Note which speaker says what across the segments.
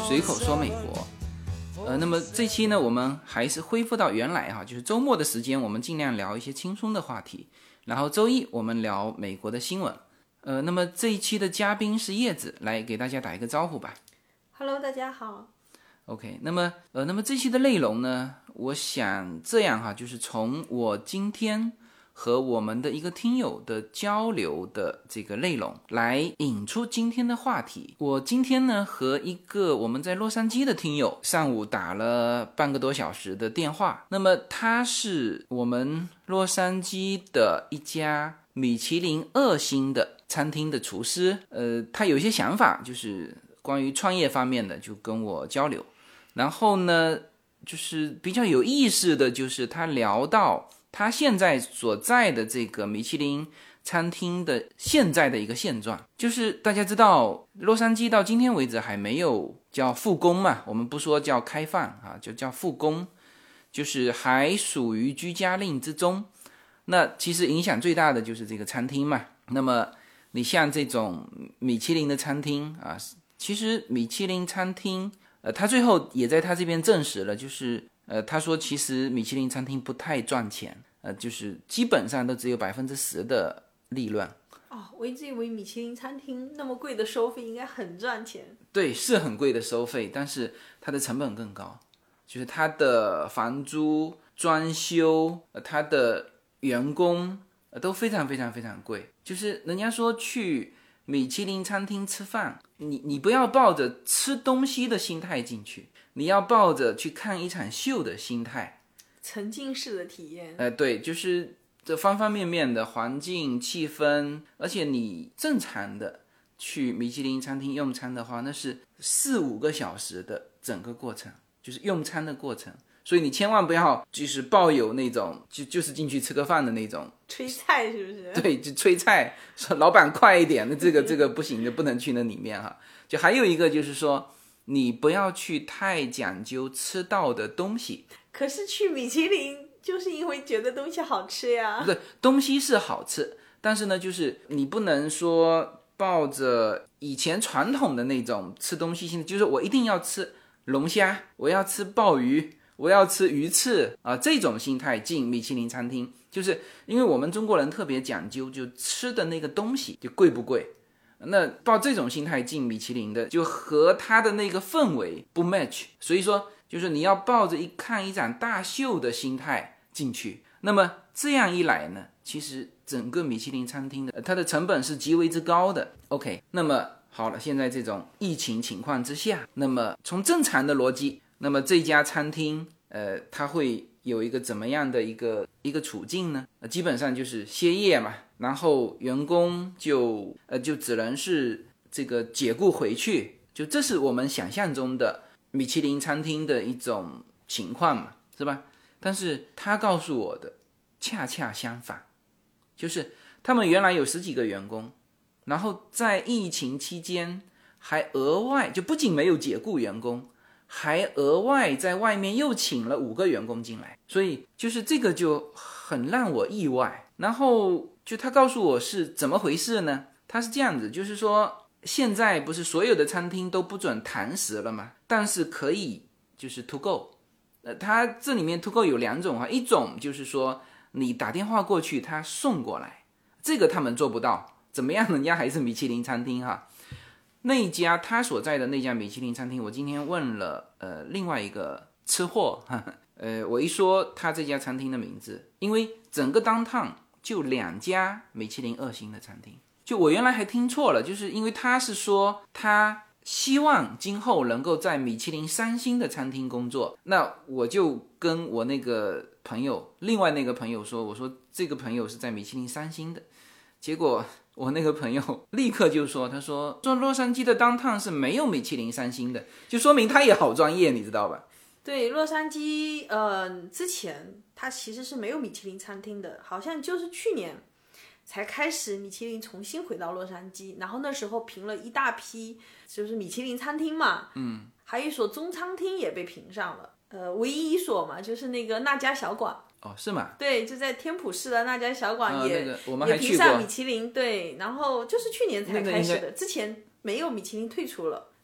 Speaker 1: 随口说美国。那么这期呢，我们还是恢复到原来哈，就是周末的时间，我们尽量聊一些轻松的话题，然后周一我们聊美国的新闻。那么这一期的嘉宾是叶子，来给大家打一个招呼吧。
Speaker 2: Hello， 大家好。
Speaker 1: OK， 那么这期的内容呢，我想这样哈，就是从我今天和我们的一个听友的交流的这个内容来引出今天的话题。我今天呢和一个我们在洛杉矶的听友上午打了半个多小时的电话，那么他是我们洛杉矶的一家米其林2星的餐厅的厨师，他有一些想法，就是关于创业方面的，就跟我交流。然后呢，就是比较有意思的就是他聊到他现在所在的这个米其林餐厅的现在的一个现状，就是大家知道洛杉矶到今天为止还没有叫复工嘛，我们不说叫开放啊，就叫复工，就是还属于居家令之中。那其实影响最大的就是这个餐厅嘛。那么你像这种米其林的餐厅啊，其实米其林餐厅他最后也在他这边证实了，就是他说其实米其林餐厅不太赚钱，就是基本上都只有10%的利润。
Speaker 2: 哦，我一直以为米其林餐厅那么贵的收费应该很赚钱。
Speaker 1: 对，是很贵的收费，但是它的成本更高，就是它的房租、装修、它的员工都非常非常非常贵。就是人家说去米其林餐厅吃饭，你不要抱着吃东西的心态进去，你要抱着去看一场秀的心态，
Speaker 2: 沉浸式的体验。
Speaker 1: 对，就是这方方面面的环境、气氛，而且你正常的去米其林餐厅用餐的话，那是4-5个小时的整个过程，就是用餐的过程。所以你千万不要就是抱有那种就是进去吃个饭的那种
Speaker 2: 催菜，是不是？
Speaker 1: 对，就催菜，说老板快一点，那这个不行的，不能去那里面哈。就还有一个就是说，你不要去太讲究吃到的东西。
Speaker 2: 可是去米其林就是因为觉得东西好吃呀。
Speaker 1: 对，东西是好吃，但是呢，就是你不能说抱着以前传统的那种吃东西心态，就是我一定要吃龙虾，我要吃鲍鱼，我要吃鱼翅啊，这种心态进米其林餐厅，就是因为我们中国人特别讲究，就吃的那个东西就贵不贵。那抱这种心态进米其林的，就和他的那个氛围不 match， 所以说就是你要抱着看一场大秀的心态进去。那么这样一来呢，其实整个米其林餐厅的它的成本是极为之高的。OK， 那么好了，现在这种疫情情况之下，那么从正常的逻辑，那么这家餐厅它会有一个怎么样的一个处境呢？基本上就是歇业嘛，然后员工就只能是这个解雇回去，就这是我们想象中的米其林餐厅的一种情况嘛，是吧？但是他告诉我的恰恰相反，就是他们原来有10几个员工，然后在疫情期间还额外就不仅没有解雇员工，还额外在外面又请了5个员工进来，所以就是这个就很让我意外。然后就他告诉我是怎么回事呢？他是这样子，就是说现在不是所有的餐厅都不准堂食了吗？但是可以就是 to go。它这里面 to go 有2种啊，一种就是说你打电话过去，他送过来，这个他们做不到。怎么样？人家还是米其林餐厅哈。那一家他所在的那家米其林餐厅，我今天问了另外一个吃货，我一说他这家餐厅的名字，因为整个 downtown 就2家米其林2星的餐厅，就我原来还听错了，就是因为他是说他希望今后能够在米其林3星的餐厅工作，那我就跟我那个朋友，另外那个朋友说，我说这个朋友是在米其林3星的，结果我那个朋友立刻就说，他说洛杉矶的 downtown 是没有米其林3星的，就说明他也好专业，你知道吧？
Speaker 2: 对，洛杉矶之前它其实是没有米其林餐厅的，好像就是去年才开始米其林重新回到洛杉矶，然后那时候评了一大批就是米其林餐厅嘛，还有一所中餐厅也被评上了，唯一一所嘛就是那个那家小馆。
Speaker 1: 哦，是吗？
Speaker 2: 对，就在天普市的那家小馆也、
Speaker 1: 那个、我们还去过，
Speaker 2: 也评上米其林，对，然后就是去年才开始的，之前没有米其林退出了。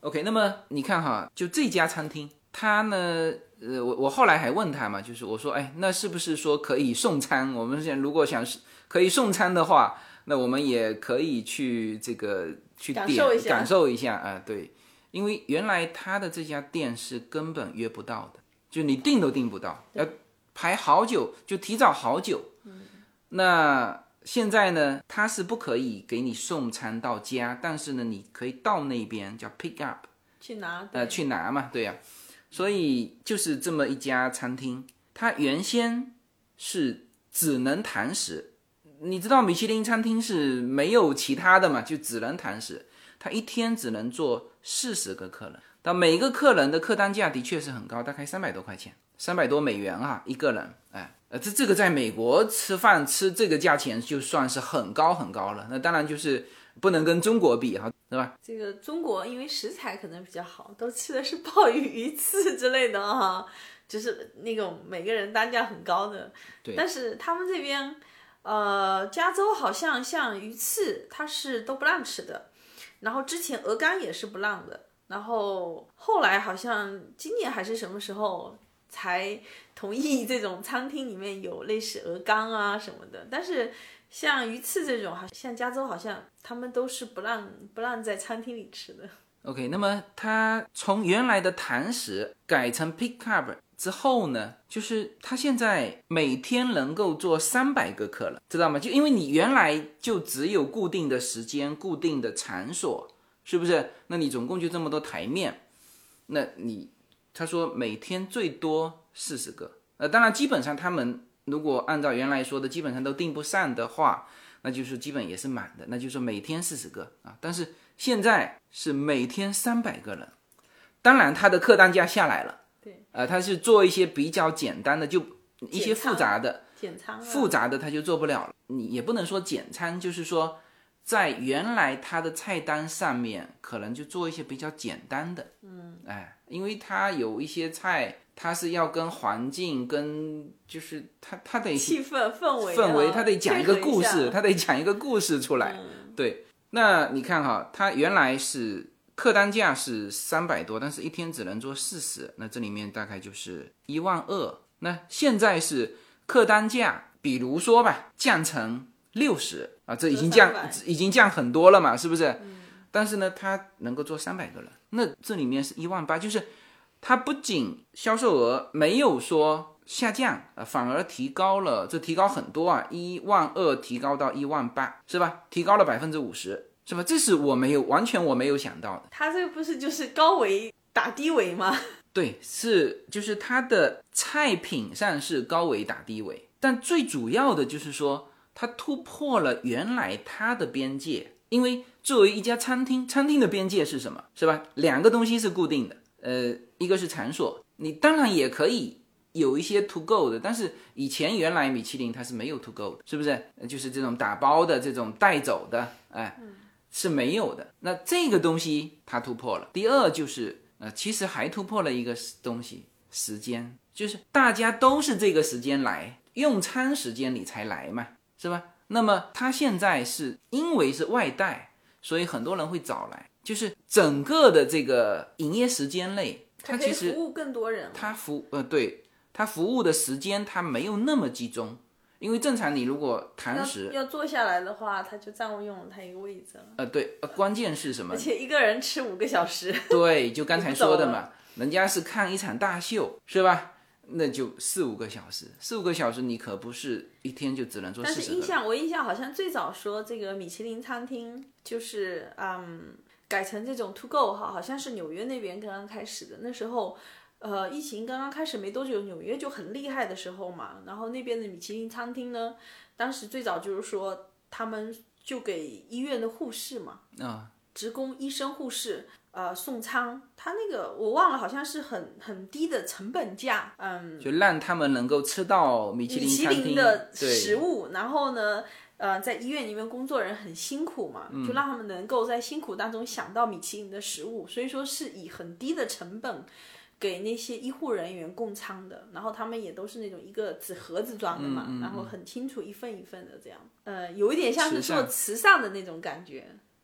Speaker 1: OK， 那么你看哈，就这家餐厅，它呢，我后来还问他嘛，就是我说，哎，那是不是说可以送餐？我们如果想可以送餐的话，那我们也可以去这个去点感受一下啊、对，因为原来他的这家店是根本约不到的，就你订都订不到，要排好久，就提早好久。那现在呢，他是不可以给你送餐到家，但是呢，你可以到那边叫 pick up
Speaker 2: 去拿，
Speaker 1: 去拿嘛，对呀、所以就是这么一家餐厅，它原先是只能堂食，你知道米其林餐厅是没有其他的嘛，就只能堂食，它一天只能做40个客人，但每个客人的客单价的确是很高，大概300多块钱，300多美元啊一个人，哎。这个在美国吃饭吃这个价钱就算是很高很高了，那当然就是不能跟中国比哈，对吧？
Speaker 2: 这个中国因为食材可能比较好，都吃的是鲍鱼、鱼翅之类的哈，就是那种每个人单价很高的。
Speaker 1: 对。
Speaker 2: 但是他们这边，加州好像像鱼翅它是都不让吃的，然后之前鹅肝也是不让的，然后后来好像今年还是什么时候才同意这种餐厅里面有类似鹅肝啊什么的，但是像鱼翅这种，好像加州好像他们都是不让在餐厅里吃的。
Speaker 1: OK， 那么它从原来的堂食改成 pick up 之后呢，就是它现在每天能够做300个客人，知道吗？就因为你原来就只有固定的时间、固定的场所，是不是？那你总共就这么多台面，那他说每天最多40个，当然基本上他们如果按照原来说的基本上都订不上的话，那就是基本也是满的，那就是每天40个啊。但是现在是每天300个人，当然他的客单价下来了，
Speaker 2: 对，
Speaker 1: 他是做一些比较简单的，就一些复杂的
Speaker 2: 简餐
Speaker 1: 复杂的他就做不了了。你也不能说简餐，就是说在原来他的菜单上面可能就做一些比较简单的，因为他有一些菜，他是要跟环境跟就是他得
Speaker 2: 气氛
Speaker 1: 围，他得讲一个故事，
Speaker 2: 他
Speaker 1: 得讲一个故事出来。对，那你看哈，他原来是客单价是300多，但是一天只能做40，那这里面大概就是12000。那现在是客单价，比如说吧，降成60啊，这已经降很多了嘛，是不是？但是呢，它能够做300个人，那这里面是18000，就是它不仅销售额没有说下降反而提高了，这提高很多啊，12000提高到18000，是吧？提高了50%，是吧？这是完全我没有想到的。
Speaker 2: 它这个不是就是高维打低维吗？
Speaker 1: 对，就是它的菜品上是高维打低维，但最主要的就是说它突破了原来它的边界。因为作为一家餐厅，餐厅的边界是什么？是吧？两个东西是固定的，一个是场所，你当然也可以有一些 to go 的，但是以前原来米其林它是没有 to go 的，是不是？就是这种打包的、这种带走的，是没有的。那这个东西它突破了。第二就是其实还突破了一个东西，时间，就是大家都是这个时间来，用餐时间你才来嘛，是吧？那么他现在是因为是外带，所以很多人会早来，就是整个的这个营业时间内，他其实
Speaker 2: 服务更多人，
Speaker 1: 对，他服务的时间他没有那么集中，因为正常你如果堂食
Speaker 2: 要坐下来的话，他就占用了他一个位置了。
Speaker 1: 对，关键是什么？
Speaker 2: 而且一个人吃5个小时。
Speaker 1: 对，就刚才说的嘛，人家是看一场大秀，是吧？那就4-5个小时，4-5个小时你可不是一天就只能做40个。
Speaker 2: 但是我印象好像最早说这个米其林餐厅就是改成这种 to go 好像是纽约那边刚刚开始的。那时候疫情刚刚开始没多久，纽约就很厉害的时候嘛。然后那边的米其林餐厅呢，当时最早就是说他们就给医院的护士嘛，职工、医生、护士。送餐，他那个我忘了，好像是很低的成本价，
Speaker 1: 就让他们能够吃到米其林餐厅
Speaker 2: 的食物，然后呢，在医院里面工作人很辛苦嘛，就让他们能够在辛苦当中想到米其林的食物，所以说是以很低的成本给那些医护人员供餐的，然后他们也都是那种一个纸盒子装的嘛，然后很清楚一份一份的这样，有一点像是做慈善的那种感觉。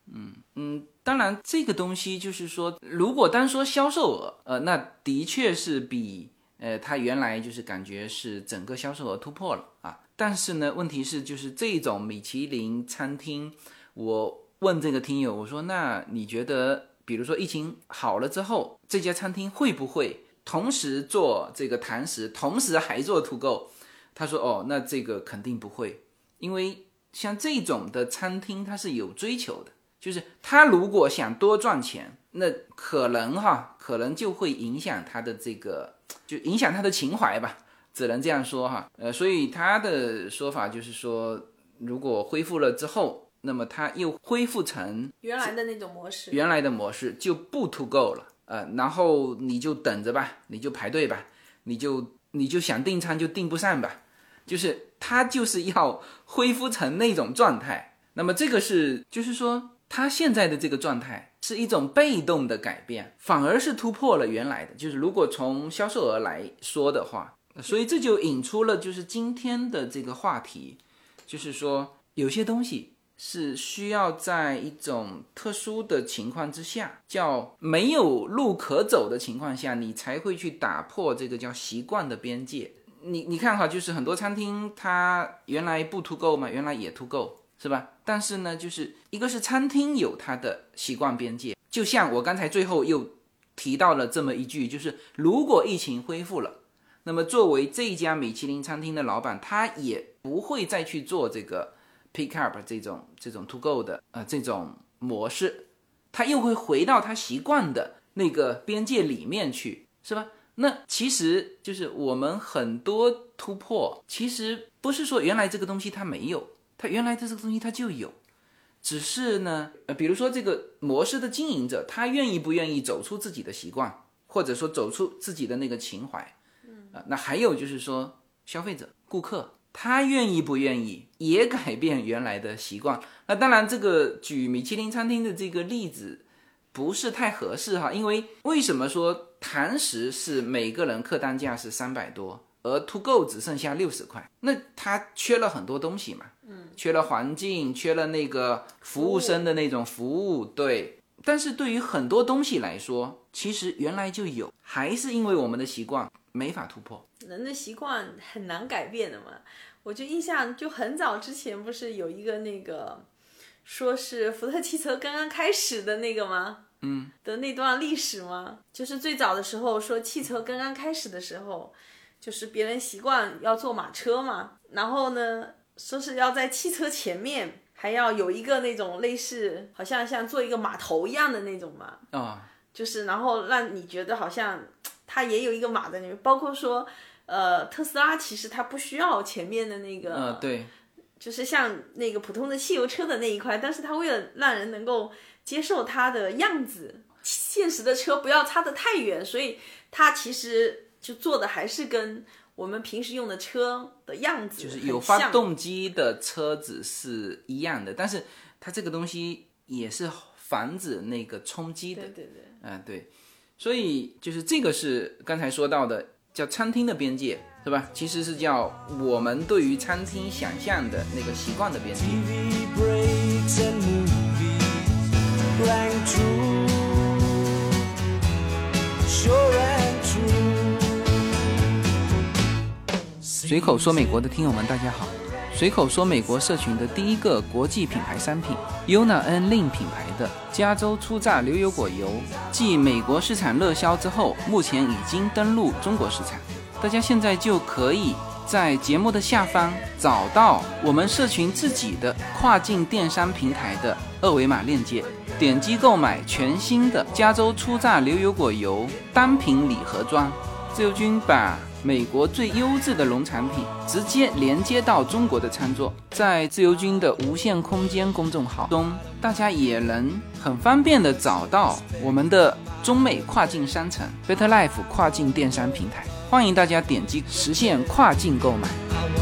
Speaker 1: 当然这个东西就是说，如果单说销售额，那的确是比它原来就是感觉是整个销售额突破了啊。但是呢，问题是就是这种米其林餐厅，我问这个听友，我说那你觉得，比如说疫情好了之后，这家餐厅会不会同时做这个堂食，同时还做to go？他说那这个肯定不会，因为像这种的餐厅它是有追求的，就是他如果想多赚钱，那可能就会影响他的这个，就影响他的情怀吧，只能这样说哈。所以他的说法就是说，如果恢复了之后，那么他又恢复成
Speaker 2: 原来的那种模式，
Speaker 1: 原来的模式就不 to go 了，然后你就等着吧，你就排队吧，你就想订餐就订不上吧，就是他就是要恢复成那种状态。那么这个是就是说他现在的这个状态是一种被动的改变，反而是突破了原来的，就是如果从销售额来说的话，所以这就引出了就是今天的这个话题，就是说有些东西是需要在一种特殊的情况之下，叫没有路可走的情况下，你才会去打破这个叫习惯的边界。你看哈，就是很多餐厅它原来不 to go 嘛，原来也 to go，是吧？但是呢，就是一个是餐厅有它的习惯边界，就像我刚才最后又提到了这么一句，就是如果疫情恢复了，那么作为这一家米其林餐厅的老板，他也不会再去做这个 pick up 这种 to go 的这种模式，他又会回到他习惯的那个边界里面去，是吧？那其实就是我们很多突破，其实不是说原来这个东西它没有，它原来这个东西它就有，只是呢，比如说这个模式的经营者，他愿意不愿意走出自己的习惯，或者说走出自己的那个情怀，那还有就是说消费者、顾客，他愿意不愿意也改变原来的习惯。那当然，这个举米其林餐厅的这个例子不是太合适哈，因为为什么说堂食是每个人客单价是300多，而 to go 只剩下60块？那它缺了很多东西嘛，缺了环境，缺了那个服务生的那种服务，对。但是对于很多东西来说，其实原来就有，还是因为我们的习惯没法突破。
Speaker 2: 人的习惯很难改变的嘛。我就印象就很早之前不是有一个那个说是福特汽车刚刚开始的那个吗？的那段历史吗？就是最早的时候说汽车刚刚开始的时候，就是别人习惯要坐马车嘛，然后呢说是要在汽车前面还要有一个那种类似好像像做一个码头一样的那种嘛，就是然后让你觉得好像它也有一个码在那边，包括说特斯拉其实它不需要前面的那个，
Speaker 1: 对，
Speaker 2: 就是像那个普通的汽油车的那一块，但是它为了让人能够接受它的样子，现实的车不要差得太远，所以它其实就做的还是跟我们平时用的车的样子
Speaker 1: 就是有发动机的车子是一样的，但是它这个东西也是防止那个冲击的。
Speaker 2: 对，
Speaker 1: 对，所以就是这个是刚才说到的叫餐厅的边界，是吧？其实是叫我们对于餐厅想象的那个习惯的边界。随口说美国的听友们大家好，随口说美国社群的第一个国际品牌商品 Yona and Lin 品牌的加州初榨牛油果油，继美国市场热销之后，目前已经登陆中国市场。大家现在就可以在节目的下方找到我们社群自己的跨境电商平台的二维码链接，点击购买全新的加州初榨牛油果油单品礼盒装。自由军把美国最优质的农产品直接连接到中国的餐桌，在自由军的无限空间公众号中，大家也能很方便的找到我们的中美跨境商城 Better Life 跨境电商平台，欢迎大家点击实现跨境购买。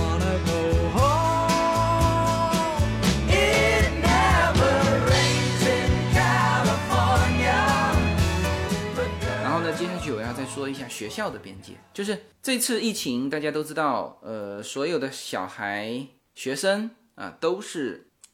Speaker 1: 接下去我要再说一下学校的边界，就是这次疫情大家都知道，所有的小孩学生都是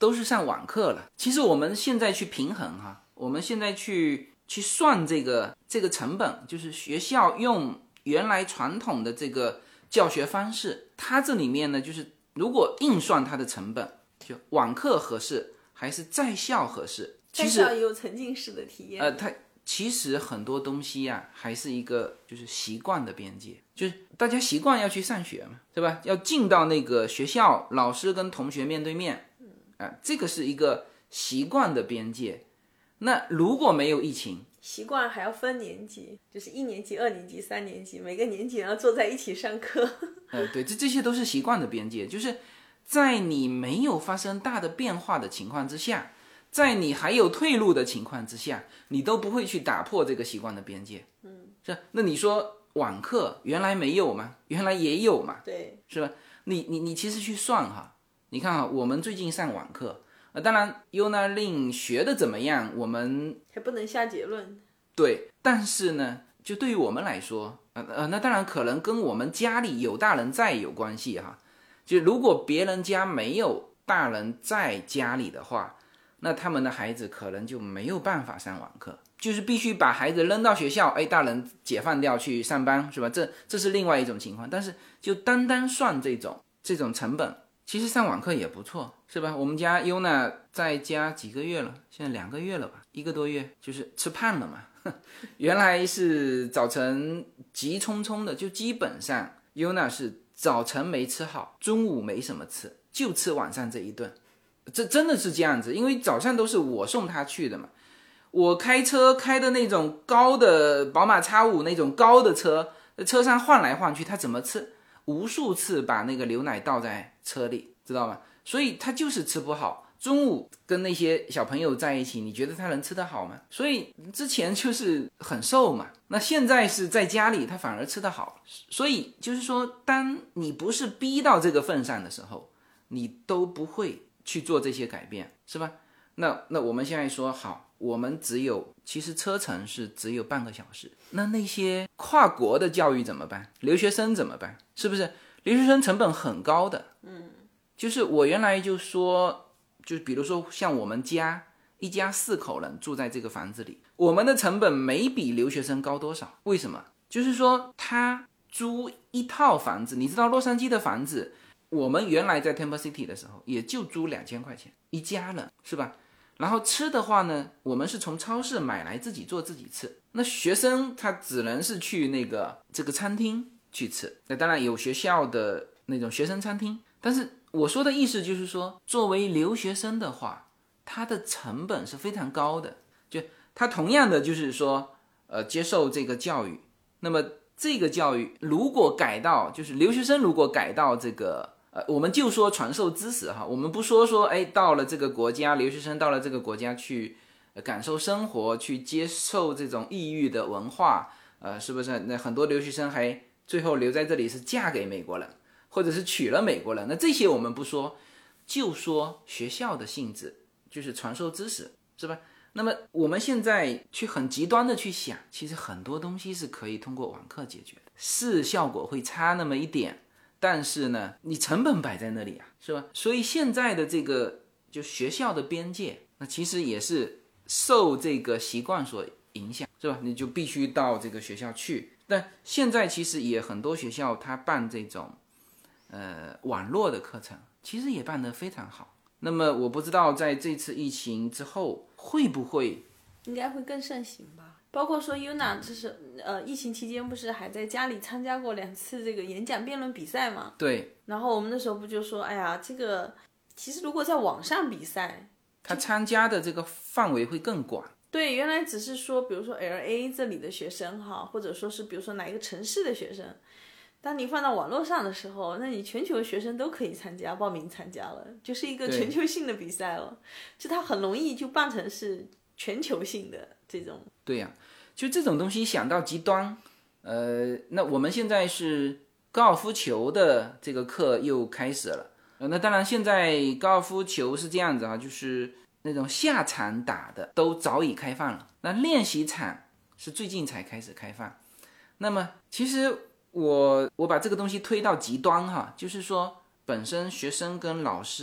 Speaker 1: 都是上网课了。其实我们现在去平衡哈，我们现在去算这个成本，就是学校用原来传统的这个教学方式，它这里面呢，就是如果硬算它的成本，就网课合适还是在校合适？
Speaker 2: 在校也有沉浸式的体验。
Speaker 1: 它其实很多东西啊，还是一个就是习惯的边界，就是大家习惯要去上学嘛，对吧？要进到那个学校，老师跟同学面对面，这个是一个习惯的边界。那如果没有疫情，
Speaker 2: 习惯还要分年级，就是1年级、2年级、3年级，每个年级要坐在一起上课。
Speaker 1: 对，这些都是习惯的边界，就是在你没有发生大的变化的情况之下，在你还有退路的情况之下，你都不会去打破这个习惯的边界。是，那你说网课原来没有吗？原来也有嘛，
Speaker 2: 对，
Speaker 1: 是吧？你其实去算哈，你看哈，我们最近上网课，当然 Yuna Lin 学的怎么样，我们
Speaker 2: 还不能下结论。
Speaker 1: 对，但是呢，就对于我们来说，那当然可能跟我们家里有大人在有关系哈。就如果别人家没有大人在家里的话，那他们的孩子可能就没有办法上网课，就是必须把孩子扔到学校，大人解放掉去上班，是吧？这是另外一种情况。但是就单单算这种成本，其实上网课也不错，是吧？我们家 Yuna 在家几个月了，现在2个月了吧，1个多月，就是吃胖了嘛。原来是早晨急匆匆的，就基本上 Yuna 是早晨没吃好，中午没什么吃，就吃晚上这一顿。这真的是这样子，因为早上都是我送他去的嘛，我开车开的那种高的宝马 X5 那种高的车，车上晃来晃去，他怎么吃？无数次把那个牛奶倒在车里，知道吗？所以他就是吃不好。中午跟那些小朋友在一起，你觉得他能吃得好吗？所以之前就是很瘦嘛，那现在是在家里，他反而吃得好。所以就是说，当你不是逼到这个份上的时候，你都不会去做这些改变，是吧？那我们现在说好，我们其实车程是只有半个小时，那些跨国的教育怎么办？留学生怎么办？是不是？留学生成本很高的，就是我原来就说，就比如说像我们家一家4口人住在这个房子里，我们的成本没比留学生高多少。为什么？就是说他租一套房子，你知道洛杉矶的房子，我们原来在 Temple City 的时候也就租2000块钱一家人，是吧？然后吃的话呢，我们是从超市买来自己做自己吃。那学生他只能是去这个餐厅去吃，那当然有学校的那种学生餐厅，但是我说的意思就是说，作为留学生的话，他的成本是非常高的，就他同样的就是说，接受这个教育，那么这个教育如果改到，就是留学生如果改到这个，我们就说传授知识哈，我们不说到了这个国家，留学生到了这个国家去感受生活，去接受这种异域的文化，是不是？那很多留学生还最后留在这里是嫁给美国人，或者是娶了美国人，那这些我们不说，就说学校的性质就是传授知识，是吧？那么我们现在去很极端的去想，其实很多东西是可以通过网课解决的，是效果会差那么一点，但是呢，你成本摆在那里啊，是吧？所以现在的这个就学校的边界，那其实也是受这个习惯所影响，是吧？你就必须到这个学校去。但现在其实也很多学校它办这种网络的课程，其实也办得非常好。那么我不知道在这次疫情之后会不会，
Speaker 2: 应该会更盛行吧。包括说 Yuna 就是疫情期间不是还在家里参加过2次这个演讲辩论比赛嘛？
Speaker 1: 对。
Speaker 2: 然后我们那时候不就说，哎呀，这个其实如果在网上比赛，
Speaker 1: 他参加的这个范围会更广。
Speaker 2: 对，原来只是说，比如说 LA 这里的学生哈，或者说是比如说哪一个城市的学生。当你放到网络上的时候，那你全球学生都可以报名参加了，就是一个全球性的比赛了，就它很容易就办成是全球性的这种。
Speaker 1: 对呀，就这种东西想到极端，那我们现在是高尔夫球的这个课又开始了，那当然现在高尔夫球是这样子啊，就是那种下场打的都早已开放了，那练习场是最近才开始开放。那么其实我把这个东西推到极端哈，就是说本身学生跟老师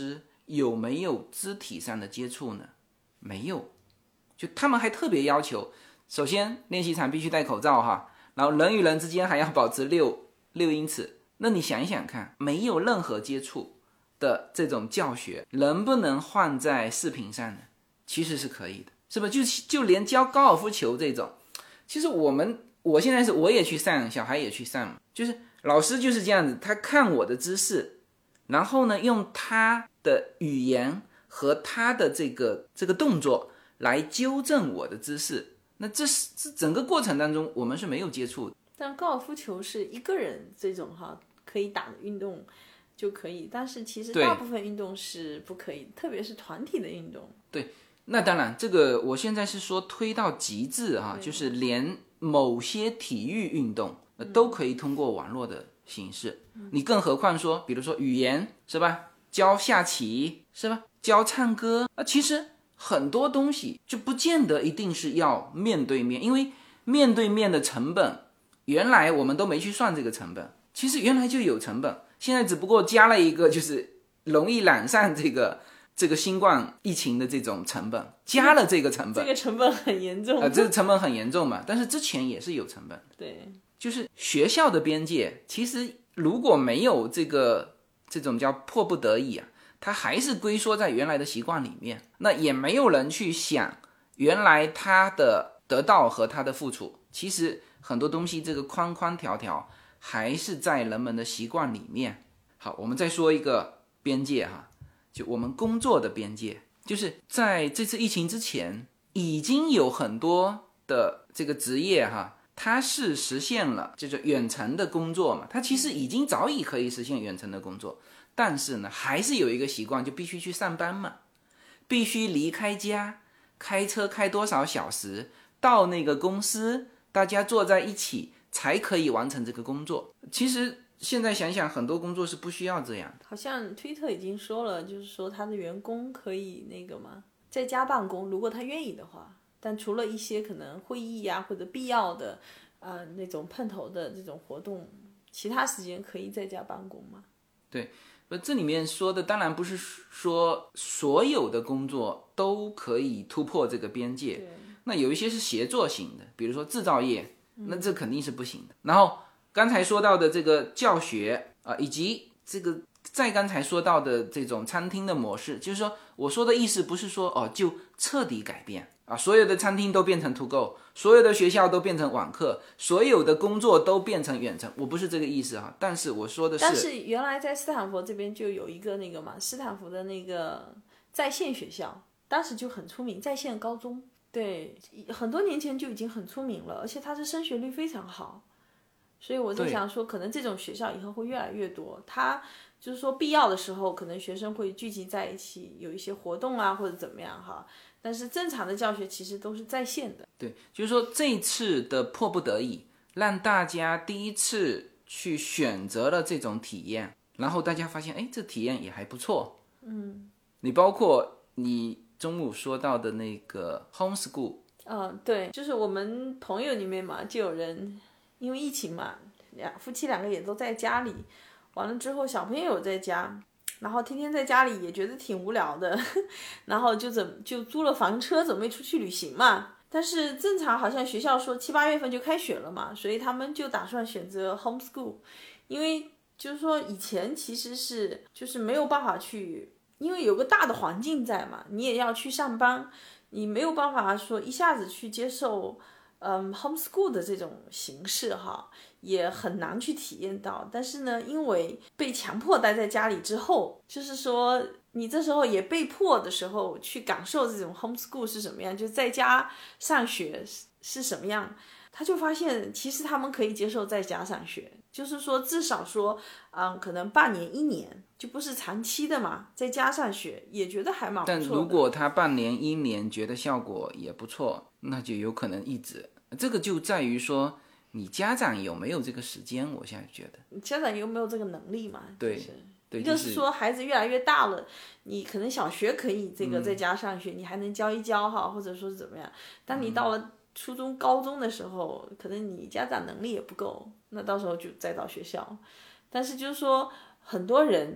Speaker 1: 有没有肢体上的接触呢？没有，就他们还特别要求，首先练习场必须戴口罩哈，然后人与人之间还要保持6英尺。那你想一想看，没有任何接触的这种教学，能不能换在视频上呢？其实是可以的，是吧？就连教高尔夫球这种，其实我现在我也去上，小孩也去上嘛，就是老师就是这样子，他看我的姿势，然后呢用他的语言和他的这个动作来纠正我的姿势。那这整个过程当中我们是没有接触的。
Speaker 2: 但高尔夫球是一个人这种可以打的运动就可以，但是其实大部分运动是不可以，特别是团体的运动。
Speaker 1: 对，那当然这个我现在是说推到极致就是连某些体育运动都可以通过网络的形式。你更何况说比如说语言是吧，教下棋是吧，教唱歌其实很多东西就不见得一定是要面对面，因为面对面的成本原来我们都没去算这个成本，其实原来就有成本，现在只不过加了一个就是容易染上这个新冠疫情的这种成本，加了这个成本，
Speaker 2: 这个成本很严重
Speaker 1: 这个成本很严重嘛，但是之前也是有成本。
Speaker 2: 对，
Speaker 1: 就是学校的边界其实如果没有这种叫迫不得已它还是龟缩在原来的习惯里面，那也没有人去想原来他的得到和他的付出，其实很多东西这个框框条条还是在人们的习惯里面。好，我们再说一个边界就我们工作的边界，就是在这次疫情之前已经有很多的这个职业它是实现了就是远程的工作嘛，它其实已经早已可以实现远程的工作，但是呢还是有一个习惯，就必须去上班嘛，必须离开家，开车开多少小时到那个公司，大家坐在一起才可以完成这个工作。其实现在想想很多工作是不需要这样的。
Speaker 2: 好像推特已经说了，就是说他的员工可以在家办公，如果他愿意的话，但除了一些可能会议或者必要的那种碰头的这种活动，其他时间可以在家办公吗？
Speaker 1: 对，这里面说的当然不是说所有的工作都可以突破这个边界，那有一些是协作型的，比如说制造业，那这肯定是不行的。然后刚才说到的这个教学以及这个再刚才说到的这种餐厅的模式，就是说我说的意思不是说就彻底改变所有的餐厅都变成 to go， 所有的学校都变成网课，所有的工作都变成远程，我不是这个意思但是我说的是，
Speaker 2: 但是原来在斯坦福这边就有一个斯坦福的那个在线学校，当时就很出名，在线高中，对，很多年前就已经很出名了，而且它是升学率非常好，所以我在想说可能这种学校以后会越来越多，它就是说必要的时候可能学生会聚集在一起有一些活动或者怎么样但是正常的教学其实都是在线的。
Speaker 1: 对，就是说这次的迫不得已让大家第一次去选择了这种体验，然后大家发现这体验也还不错。你包括你中午说到的那个 homeschool，
Speaker 2: 对，就是我们朋友里面嘛就有人因为疫情嘛，夫妻两个也都在家里，完了之后小朋友在家，然后天天在家里也觉得挺无聊的然后就租了房车准备出去旅行嘛，但是正常好像学校说7、8月份就开学了嘛，所以他们就打算选择 homeschool， 因为就是说以前其实是就是没有办法去，因为有个大的环境在嘛，你也要去上班，你没有办法说一下子去接受homeschool 的这种形式也很难去体验到。但是呢，因为被强迫待在家里之后，就是说你这时候也被迫的时候去感受这种 homeschool 是什么样，就在家上学是什么样，他就发现其实他们可以接受在家上学，就是说至少说可能半年1年就不是长期的嘛，在家上学也觉得还蛮不错的。
Speaker 1: 但如果他半年1年觉得效果也不错，那就有可能一直，这个就在于说你家长有没有这个时间，我现在觉得
Speaker 2: 家长有没有这个能力嘛。
Speaker 1: 对，
Speaker 2: 一个是说孩子越来越大了，你可能小学可以这个在家上学，你还能教一教或者说是怎么样，当你到了初中高中的时候，可能你家长能力也不够，那到时候就再到学校。但是就是说很多人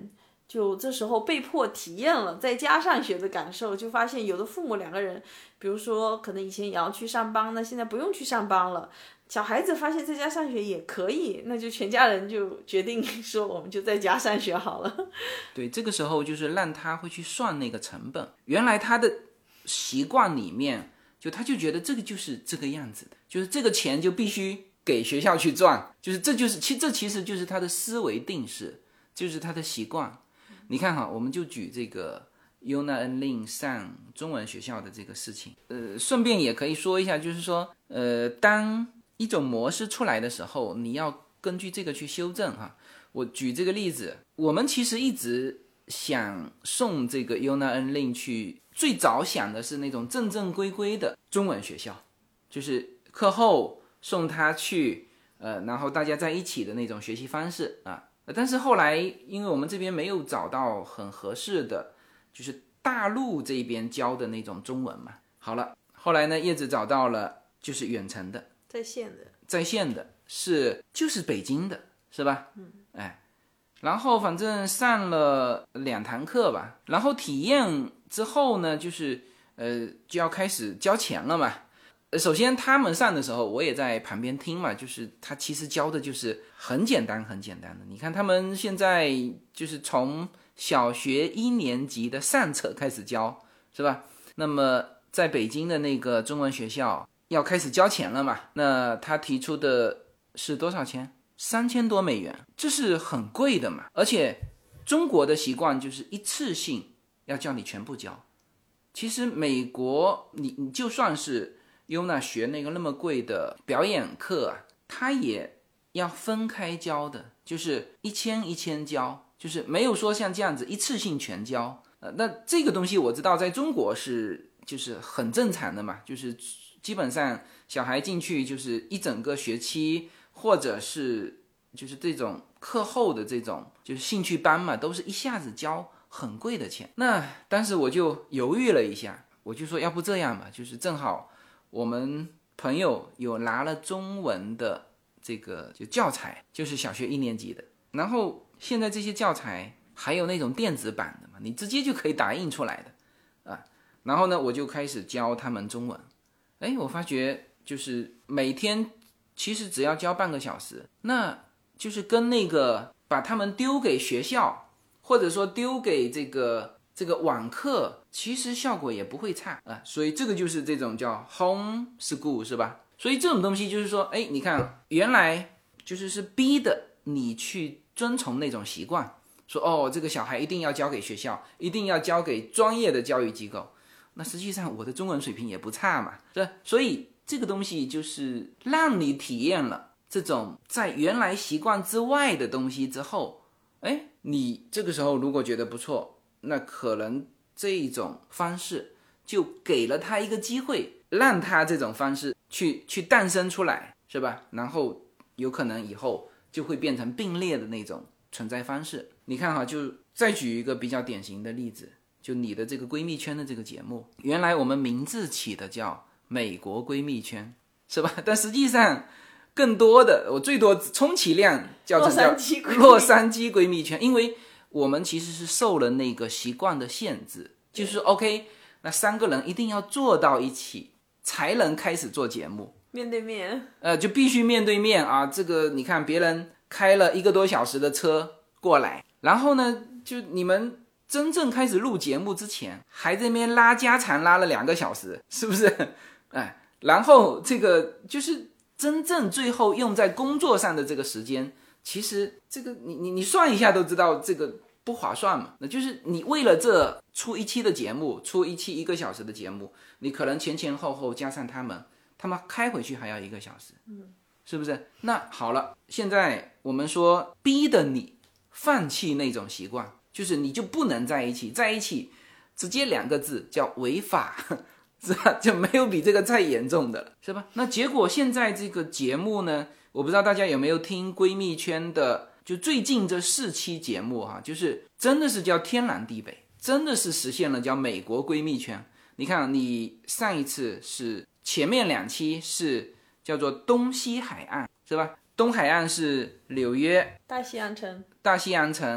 Speaker 2: 就这时候被迫体验了在家上学的感受，就发现有的父母两个人，比如说可能以前也要去上班，那现在不用去上班了，小孩子发现在家上学也可以，那就全家人就决定说我们就在家上学好了。
Speaker 1: 对，这个时候就是让他会去算那个成本，原来他的习惯里面就他就觉得这个就是这个样子的，就是这个钱就必须给学校去赚，就是这其实就是他的思维定式，就是他的习惯。你看哈，我们就举这个 Yuna and Lin 上中文学校的这个事情，顺便也可以说一下，就是说，当一种模式出来的时候，你要根据这个去修正哈。我举这个例子，我们其实一直想送这个 Yuna and Lin 去，最早想的是那种正正规规的中文学校，就是课后送他去，然后大家在一起的那种学习方式啊。但是后来，因为我们这边没有找到很合适的，就是大陆这边教的那种中文嘛。好了，后来呢，叶子找到了就是远程的，
Speaker 2: 在线的
Speaker 1: 就是北京的，是吧？然后反正上了2堂课吧，然后体验之后呢，就是就要开始交钱了嘛。首先他们上的时候，我也在旁边听嘛，就是他其实教的就是很简单很简单的。你看他们现在就是从小学1年级的上册开始教，是吧？那么在北京的那个中文学校要开始交钱了嘛，那他提出的是多少钱？3000多美元，这是很贵的嘛。而且中国的习惯就是一次性要叫你全部交。其实美国你就算是Yuna 学那个那么贵的表演课啊，他也要分开教的，就是1000教，就是没有说像这样子一次性全教。那这个东西我知道在中国是就是很正常的嘛，就是基本上小孩进去就是一整个学期，或者是就是这种课后的这种就是兴趣班嘛，都是一下子交很贵的钱。那当时我就犹豫了一下，我就说要不这样吧，就是正好我们朋友有拿了中文的这个就教材，就是小学1年级的，然后现在这些教材还有那种电子版的嘛，你直接就可以打印出来的啊。然后呢，我就开始教他们中文。我发觉就是每天其实只要教半个小时，那就是跟那个把他们丢给学校，或者说丢给这个网课，其实效果也不会差啊。所以这个就是这种叫 home school 是吧？所以这种东西就是说，你看原来是逼的你去遵从那种习惯，说这个小孩一定要交给学校，一定要交给专业的教育机构。那实际上我的中文水平也不差嘛，是吧？所以这个东西就是让你体验了这种在原来习惯之外的东西之后，你这个时候如果觉得不错，那可能这一种方式就给了他一个机会，让他这种方式去诞生出来，是吧？然后有可能以后就会变成并列的那种存在方式。你看哈，就再举一个比较典型的例子，就你的这个闺蜜圈的这个节目，原来我们名字起的叫美国闺蜜圈，是吧？但实际上更多的我最多充其量叫洛杉矶闺蜜圈，因为我们其实是受了那个习惯的限制，就是 OK， 那3个人一定要坐到一起才能开始做节目，
Speaker 2: 面对面，
Speaker 1: 就必须面对面啊。这个你看别人开了1个多小时的车过来，然后呢，就你们真正开始录节目之前，还在那边拉家常拉了2个小时，是不是？然后这个就是真正最后用在工作上的这个时间，其实这个你算一下都知道这个不划算嘛。那就是你为了这出一期的节目，出一期1个小时的节目，你可能前后加上他们开回去还要1个小时，是不是？那好了，现在我们说逼的你放弃那种习惯，就是你就不能在一起，在一起直接2个字叫违法，是吧？就没有比这个再严重的了，是吧？那结果现在这个节目呢，我不知道大家有没有听闺蜜圈的，就最近这4期节目哈，就是真的是叫天南地北，真的是实现了叫美国闺蜜圈。你看，你上一次是前面2期是叫做东西海岸，是吧？东海岸是纽约、
Speaker 2: 大西洋城、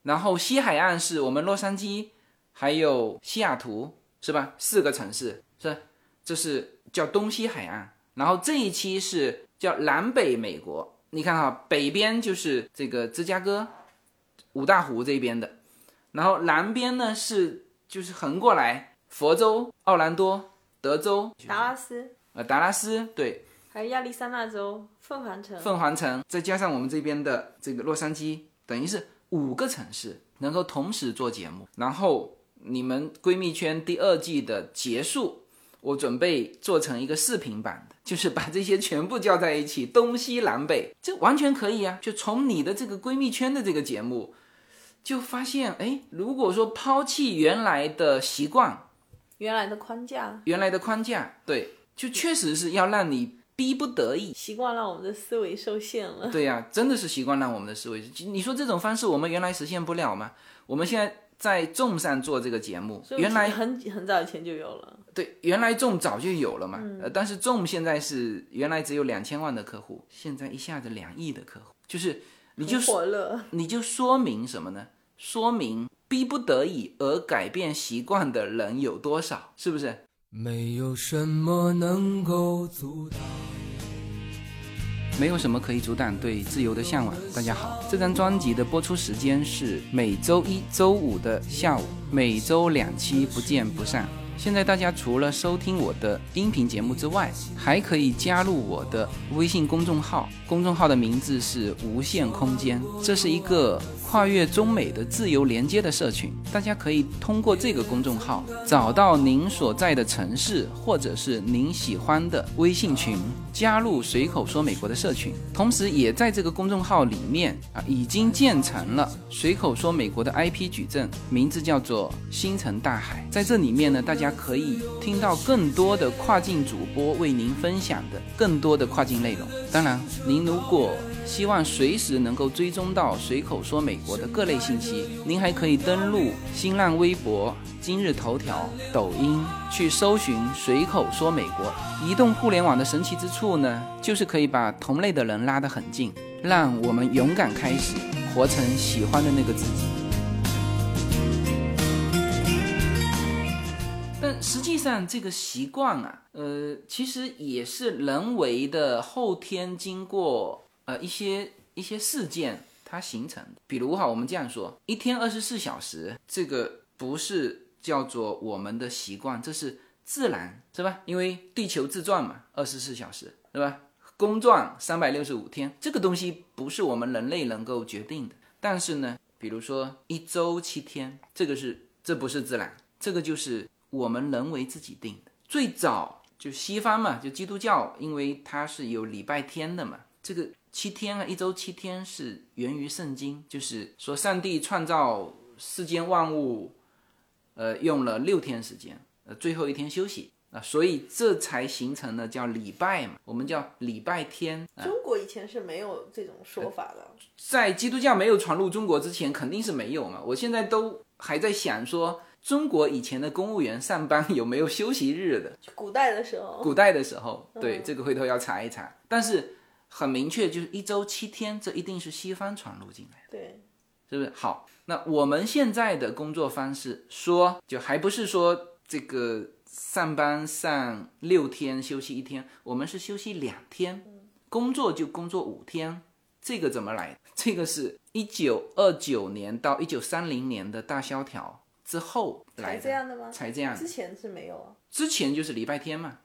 Speaker 1: 然后西海岸是我们洛杉矶还有西雅图，是吧？4个城市，是吧？这是叫东西海岸。然后这一期是叫南北美国，你看哈，北边就是这个芝加哥五大湖这边的，然后南边呢就是横过来佛州、奥兰多、德州、达拉斯，对，
Speaker 2: 还有亚利桑那州凤
Speaker 1: 凰城，再加上我们这边的这个洛杉矶，等于是5个城市能够同时做节目。然后你们闺蜜圈第2季的结束，我准备做成一个视频版的，就是把这些全部叫在一起，东西南北，这完全可以啊。就从你的这个闺蜜圈的这个节目就发现，如果说抛弃原来的习惯，
Speaker 2: 原来的框架，
Speaker 1: 对，就确实是要让你逼不得已，
Speaker 2: 习惯让我们的思维受限了。
Speaker 1: 对呀，真的是习惯让我们的思维。你说这种方式我们原来实现不了吗？我们现在在众上做这个节目，原来
Speaker 2: 很早以前就有了。
Speaker 1: 对，原来众早就有了嘛。但是众现在是原来只有2000万的客户，现在一下子2亿的客户，就是你就说明什么呢？说明逼不得已而改变习惯的人有多少，是不是？
Speaker 3: 没有什么能够阻挡，
Speaker 1: 没有什么可以阻挡对自由的向往。大家好，这张专辑的播出时间是每周一、周五的下午，每周2期，不见不散。现在大家除了收听我的音频节目之外，还可以加入我的微信公众号，公众号的名字是无限空间，这是一个跨越中美的自由连接的社群，大家可以通过这个公众号找到您所在的城市或者是您喜欢的微信群，加入随口说美国的社群。同时也在这个公众号里面已经建成了随口说美国的 IP 矩阵，名字叫做星辰大海。在这里面呢，大家可以听到更多的跨境主播为您分享的更多的跨境内容。当然您如果希望随时能够追踪到随口说美国的各类信息，您还可以登录新浪微博、今日头条、抖音去搜寻随口说美国。移动互联网的神奇之处呢，就是可以把同类的人拉得很近，让我们勇敢开始，活成喜欢的那个自己。但实际上这个习惯其实也是人为的后天经过一些事件它形成的。比如我们这样说，一天24小时，这个不是叫做我们的习惯，这是自然，是吧？因为地球自转嘛，24小时，是吧？公转365天，这个东西不是我们人类能够决定的。但是呢，比如说1周7天，这不是自然，这个就是我们人为自己定的。最早就西方嘛，就基督教，因为它是有礼拜天的嘛，这个7天1周7天是源于圣经，就是说上帝创造世间万物用了6天时间，最后1天休息所以这才形成了叫礼拜嘛，我们叫礼拜天。
Speaker 2: 中国以前是没有这种说法的，
Speaker 1: 在基督教没有传入中国之前肯定是没有嘛。我现在都还在想说，中国以前的公务员上班有没有休息日的？
Speaker 2: 古代的时候，
Speaker 1: 对，这个回头要查一查。但是很明确，就是1周7天，这一定是西方传入进来的，
Speaker 2: 对，
Speaker 1: 是不是？好，那我们现在的工作方式说，就还不是说这个上班上6天休息1天，我们是休息2天，工作就工作5天。这个怎么来的？这个是1929年到1930年的大萧条之后来的，
Speaker 2: 才这样的吗？
Speaker 1: 才这样的，
Speaker 2: 之前是没有啊。
Speaker 1: 之前就是礼拜天嘛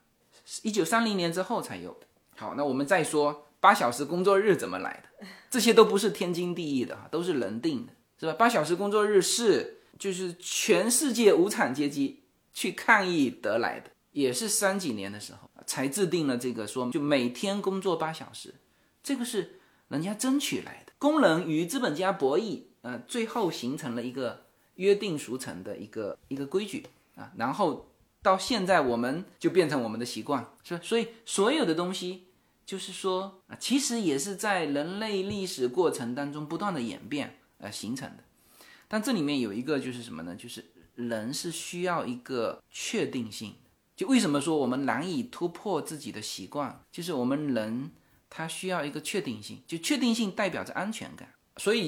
Speaker 1: ，1930年之后才有的。好，那我们再说8小时工作日怎么来的？这些都不是天经地义的，都是人定的，是吧？8小时工作日就是全世界无产阶级去抗议得来的，也是30几年的时候才制定了这个说，就每天工作8小时，这个是人家争取来的。工人与资本家博弈，最后形成了一个约定俗成的一个规矩然后到现在我们就变成我们的习惯，是吧？所以所有的东西就是说其实也是在人类历史过程当中不断的演变形成的。但这里面有一个就是什么呢？就是人是需要一个确定性的。就为什么说我们难以突破自己的习惯，就是我们人他需要一个确定性，就确定性代表着安全感。所以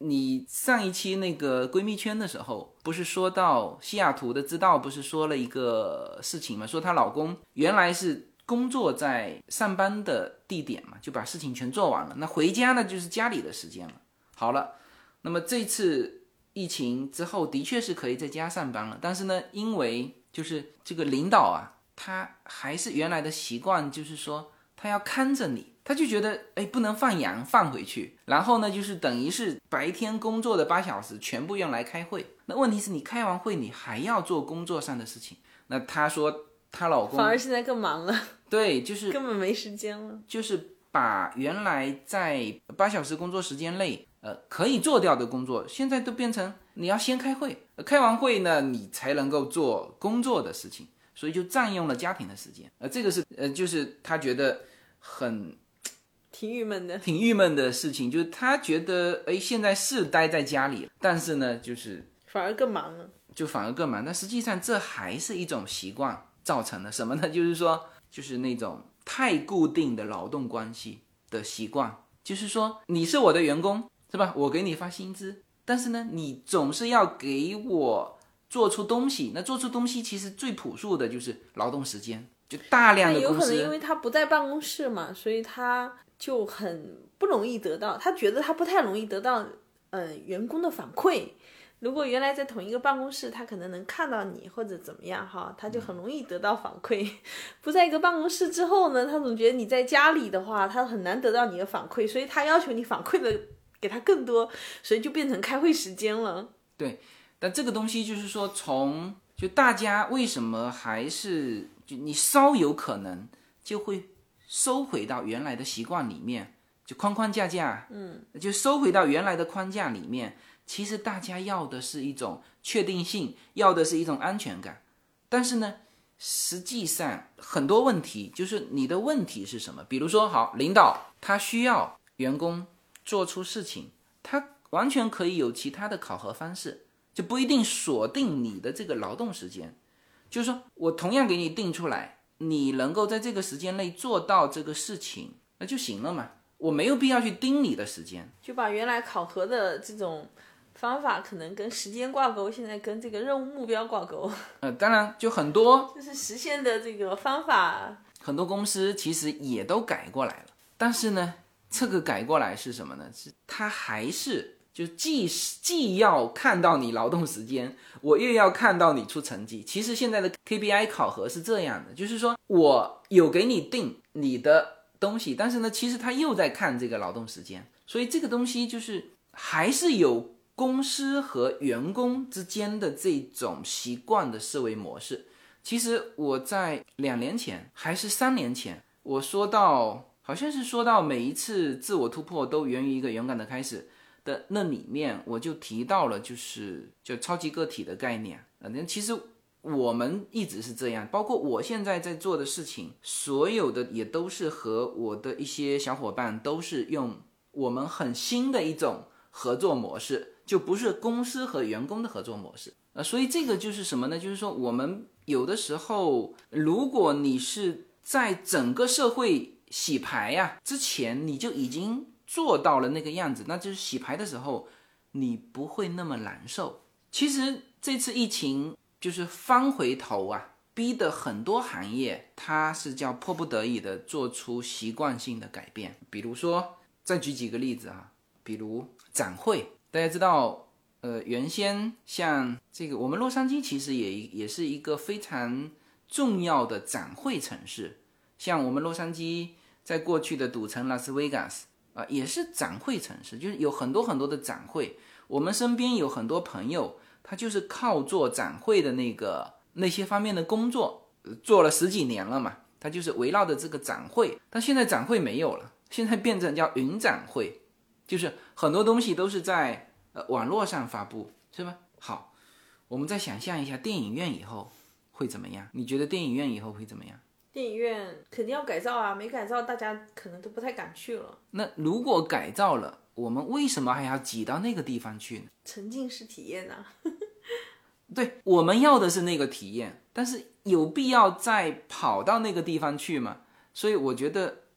Speaker 1: 你上一期那个闺蜜圈的时候，不是说到西雅图的知道不是说了一个事情吗？说她老公原来是工作在上班的地点嘛，就把事情全做完了，那回家呢就是家里的时间了。好了，那么这次疫情之后的确是可以在家上班了，但是呢，因为就是这个领导啊，他还是原来的习惯，就是说他要看着你，他就觉得不能放羊放回去，然后呢就是等于是白天工作的8小时全部用来开会。那问题是你开完会你还要做工作上的事情，那她说她老公
Speaker 2: 反而现在更忙了，
Speaker 1: 对，就是
Speaker 2: 根本没时间了，
Speaker 1: 就是把原来在8小时工作时间内可以做掉的工作，现在都变成你要先开会，开完会呢你才能够做工作的事情，所以就占用了家庭的时间。这个是就是他觉得
Speaker 2: 挺郁
Speaker 1: 闷的事情，就是他觉得现在是待在家里，但是呢就是
Speaker 2: 反而更忙了，
Speaker 1: 但实际上这还是一种习惯造成的。什么呢？就是说就是那种太固定的劳动关系的习惯，就是说你是我的员工是吧，我给你发薪资，但是呢你总是要给我做出东西，那做出东西其实最朴素的就是劳动时间，就大量的公司
Speaker 2: 有可能因为他不在办公室嘛，所以他就很不容易得到，他觉得他不太容易得到员工的反馈。如果原来在同一个办公室，他可能能看到你或者怎么样哈，他就很容易得到反馈。不在一个办公室之后呢，他总觉得你在家里的话，他很难得到你的反馈，所以他要求你反馈的给他更多，所以就变成开会时间了。
Speaker 1: 对，但这个东西就是说就大家为什么还是就你稍有可能就会收回到原来的习惯里面，就框框架架，就收回到原来的框架里面。其实大家要的是一种确定性，要的是一种安全感。但是呢，实际上很多问题就是你的问题是什么？比如说，好，领导他需要员工做出事情，他完全可以有其他的考核方式，就不一定锁定你的这个劳动时间。就是说我同样给你定出来，你能够在这个时间内做到这个事情，那就行了嘛。我没有必要去盯你的时间，
Speaker 2: 就把原来考核的这种方法可能跟时间挂钩，现在跟这个任务目标挂钩。
Speaker 1: 当然就很多
Speaker 2: 就是实现的这个方法，
Speaker 1: 很多公司其实也都改过来了。但是呢，这个改过来是什么呢？是它还是就既要看到你劳动时间，我又要看到你出成绩。其实现在的 KPI 考核是这样的，就是说我有给你定你的东西，但是呢，其实他又在看这个劳动时间，所以这个东西就是还是有公司和员工之间的这种习惯的思维模式。其实我在2年前还是3年前，我好像是说到每一次自我突破都源于一个勇敢的开始的那里面，我就提到了就超级个体的概念。其实我们一直是这样，包括我现在在做的事情，所有的也都是和我的一些小伙伴都是用我们很新的一种合作模式，就不是公司和员工的合作模式。所以这个就是什么呢？就是说我们有的时候，如果你是在整个社会洗牌之前你就已经做到了那个样子，那就是洗牌的时候你不会那么难受。其实这次疫情就是翻回头逼得很多行业它是叫迫不得已的做出习惯性的改变。比如说再举几个例子比如展会，大家知道原先像这个我们洛杉矶其实也是一个非常重要的展会城市，像我们洛杉矶在过去的赌城拉斯维加斯也是展会城市，就是有很多很多的展会。我们身边有很多朋友他就是靠做展会的那些方面的工作做了10几年了嘛，他就是围绕着这个展会。但现在展会没有了，现在变成叫云展会，就是很多东西都是在网络上发布，是吧？好，我们再想象一下电影院以后会怎么样？你觉得电影院以后会怎么样？
Speaker 2: 电影院肯定要改造没改造大家可能都不太敢去了。
Speaker 1: 那如果改造了，我们为什么还要挤到那个地方去呢？
Speaker 2: 沉浸式体验
Speaker 1: 对，我们要的是那个体验，但是有必要再跑到那个地方去吗？所以我觉得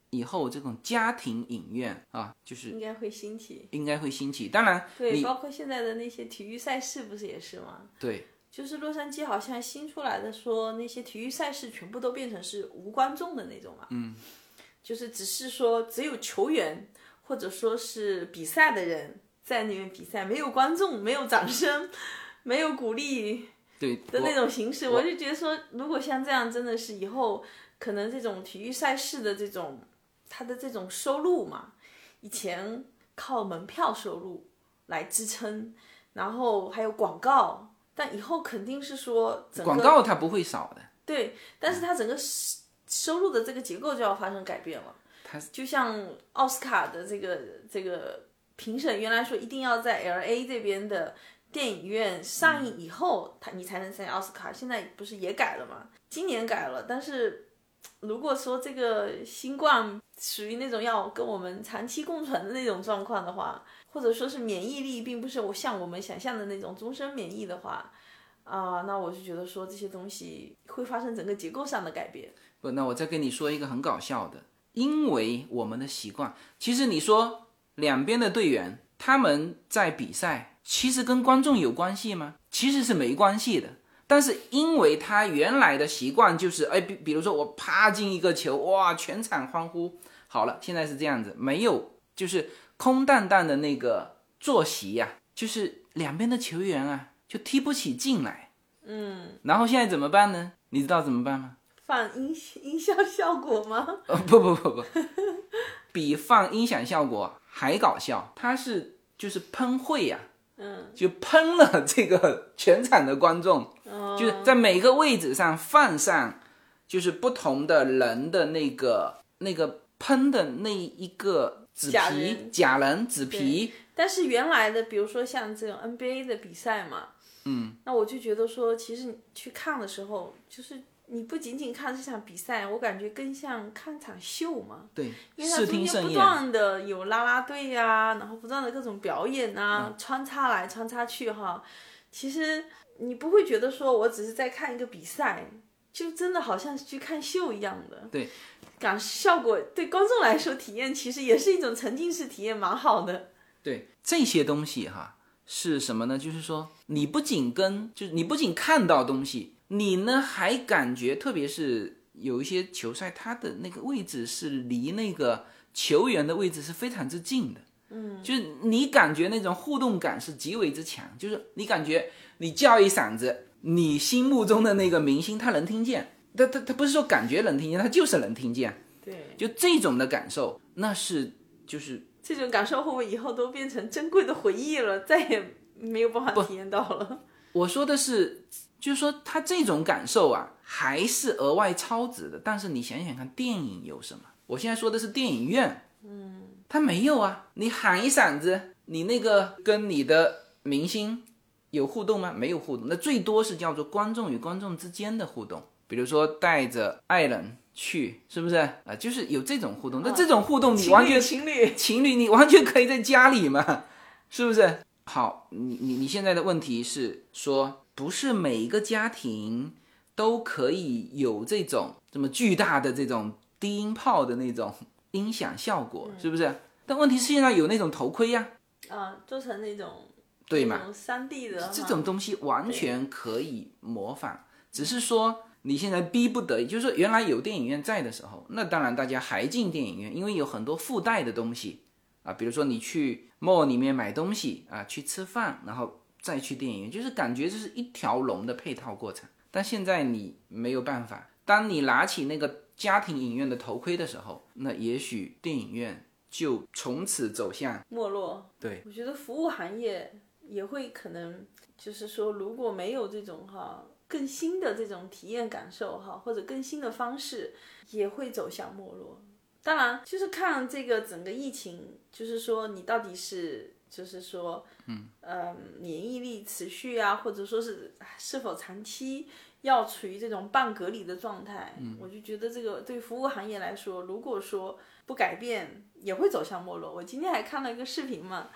Speaker 1: 以后这种家庭影院啊，就是
Speaker 2: 应该会兴起。
Speaker 1: 当然，
Speaker 2: 对，包括现在的那些体育赛事不是也是吗？
Speaker 1: 对，
Speaker 2: 就是洛杉矶好像新出来的说那些体育赛事全部都变成是无观众的那种嘛。就是只是说只有球员或者说是比赛的人在那边比赛，没有观众，没有掌声，没有鼓励的那种形式。我就觉得说，如果像这样，真的是以后可能这种体育赛事的这种它的这种收入嘛，以前靠门票收入来支撑，然后还有广告，但以后肯定是说整个
Speaker 1: 广告它不会少的。
Speaker 2: 对，但是它整个收入的这个结构就要发生改变了。就像奥斯卡的这个评审，原来说一定要在 LA 这边的电影院上映以后，你才能参加奥斯卡。现在不是也改了吗？今年改了，但是如果说这个新冠属于那种要跟我们长期共存的那种状况的话，或者说是免疫力并不是像我们想象的那种终身免疫的话，那我就觉得说这些东西会发生整个结构上的改变。
Speaker 1: 不，那我再跟你说一个很搞笑的，因为我们的习惯，其实你说两边的队员他们在比赛，其实跟观众有关系吗？其实是没关系的。但是因为他原来的习惯就是，比如说我啪进一个球，哇，全场欢呼。好了，现在是这样子，没有，就是空荡荡的那个坐席呀，就是两边的球员啊，就踢不起劲来。然后现在怎么办呢？你知道怎么办吗？
Speaker 2: 放音效效果吗？
Speaker 1: 不，比放音响效果还搞笑，它是就是喷绘呀，就喷了这个全场的观众，就是在每个位置上放上就是不同的人的那个喷的那一个纸皮假人纸皮。
Speaker 2: 但是原来的比如说像这种 NBA 的比赛嘛，那我就觉得说其实你去看的时候，就是你不仅仅看这场比赛，我感觉更像看场秀嘛。
Speaker 1: 对，
Speaker 2: 因为它中间不断的有啦啦队啊，然后不断的各种表演啊，穿插来穿插去哈。其实你不会觉得说我只是在看一个比赛，就真的好像是去看秀一样的。
Speaker 1: 对，
Speaker 2: 效果对观众来说体验其实也是一种沉浸式体验，蛮好的。
Speaker 1: 对，这些东西哈是什么呢？就是说你不仅看到东西，你呢还感觉，特别是有一些球赛，它的那个位置是离那个球员的位置是非常之近的。就是你感觉那种互动感是极为之强，就是你感觉你叫一嗓子，你心目中的那个明星他能听见，他不是说感觉能听见，他就是能听见。
Speaker 2: 对，
Speaker 1: 就这种的感受，那是就是
Speaker 2: 这种感受会不会以后都变成珍贵的回忆了，再也没有办法体验到了？
Speaker 1: 我说的是，就是说他这种感受啊，还是额外超值的。但是你想想看，电影有什么？我现在说的是电影院，他没有啊。你喊一嗓子，你那个跟你的明星有互动吗？没有互动，那最多是叫做观众与观众之间的互动，比如说带着爱人去，是不是就是有这种互动。那这种互动你完全
Speaker 2: 情侣
Speaker 1: 你完全可以在家里嘛，是不是？好，你现在的问题是说，不是每一个家庭都可以有这种这么巨大的这种低音炮的那种音响效果，是不是？但问题是现在有那种头盔呀，
Speaker 2: 做成那种
Speaker 1: 对嘛
Speaker 2: 3D 的
Speaker 1: 这种东西完全可以模仿，只是说你现在逼不得已，就是说原来有电影院在的时候，那当然大家还进电影院，因为有很多附带的东西比如说你去 mall 里面买东西去吃饭，然后再去电影院，就是感觉这是一条龙的配套过程。但现在你没有办法，当你拿起那个家庭影院的头盔的时候，那也许电影院就从此走向
Speaker 2: 没落。
Speaker 1: 对，
Speaker 2: 我觉得服务行业也会可能就是说，如果没有这种更新的这种体验感受或者更新的方式，也会走向没落。当然就是看这个整个疫情，就是说你到底是就是说免疫力持续或者说是否长期要处于这种半隔离的状态，我就觉得这个对服务行业来说，如果说不改变，也会走向没落。我今天还看了一个视频嘛，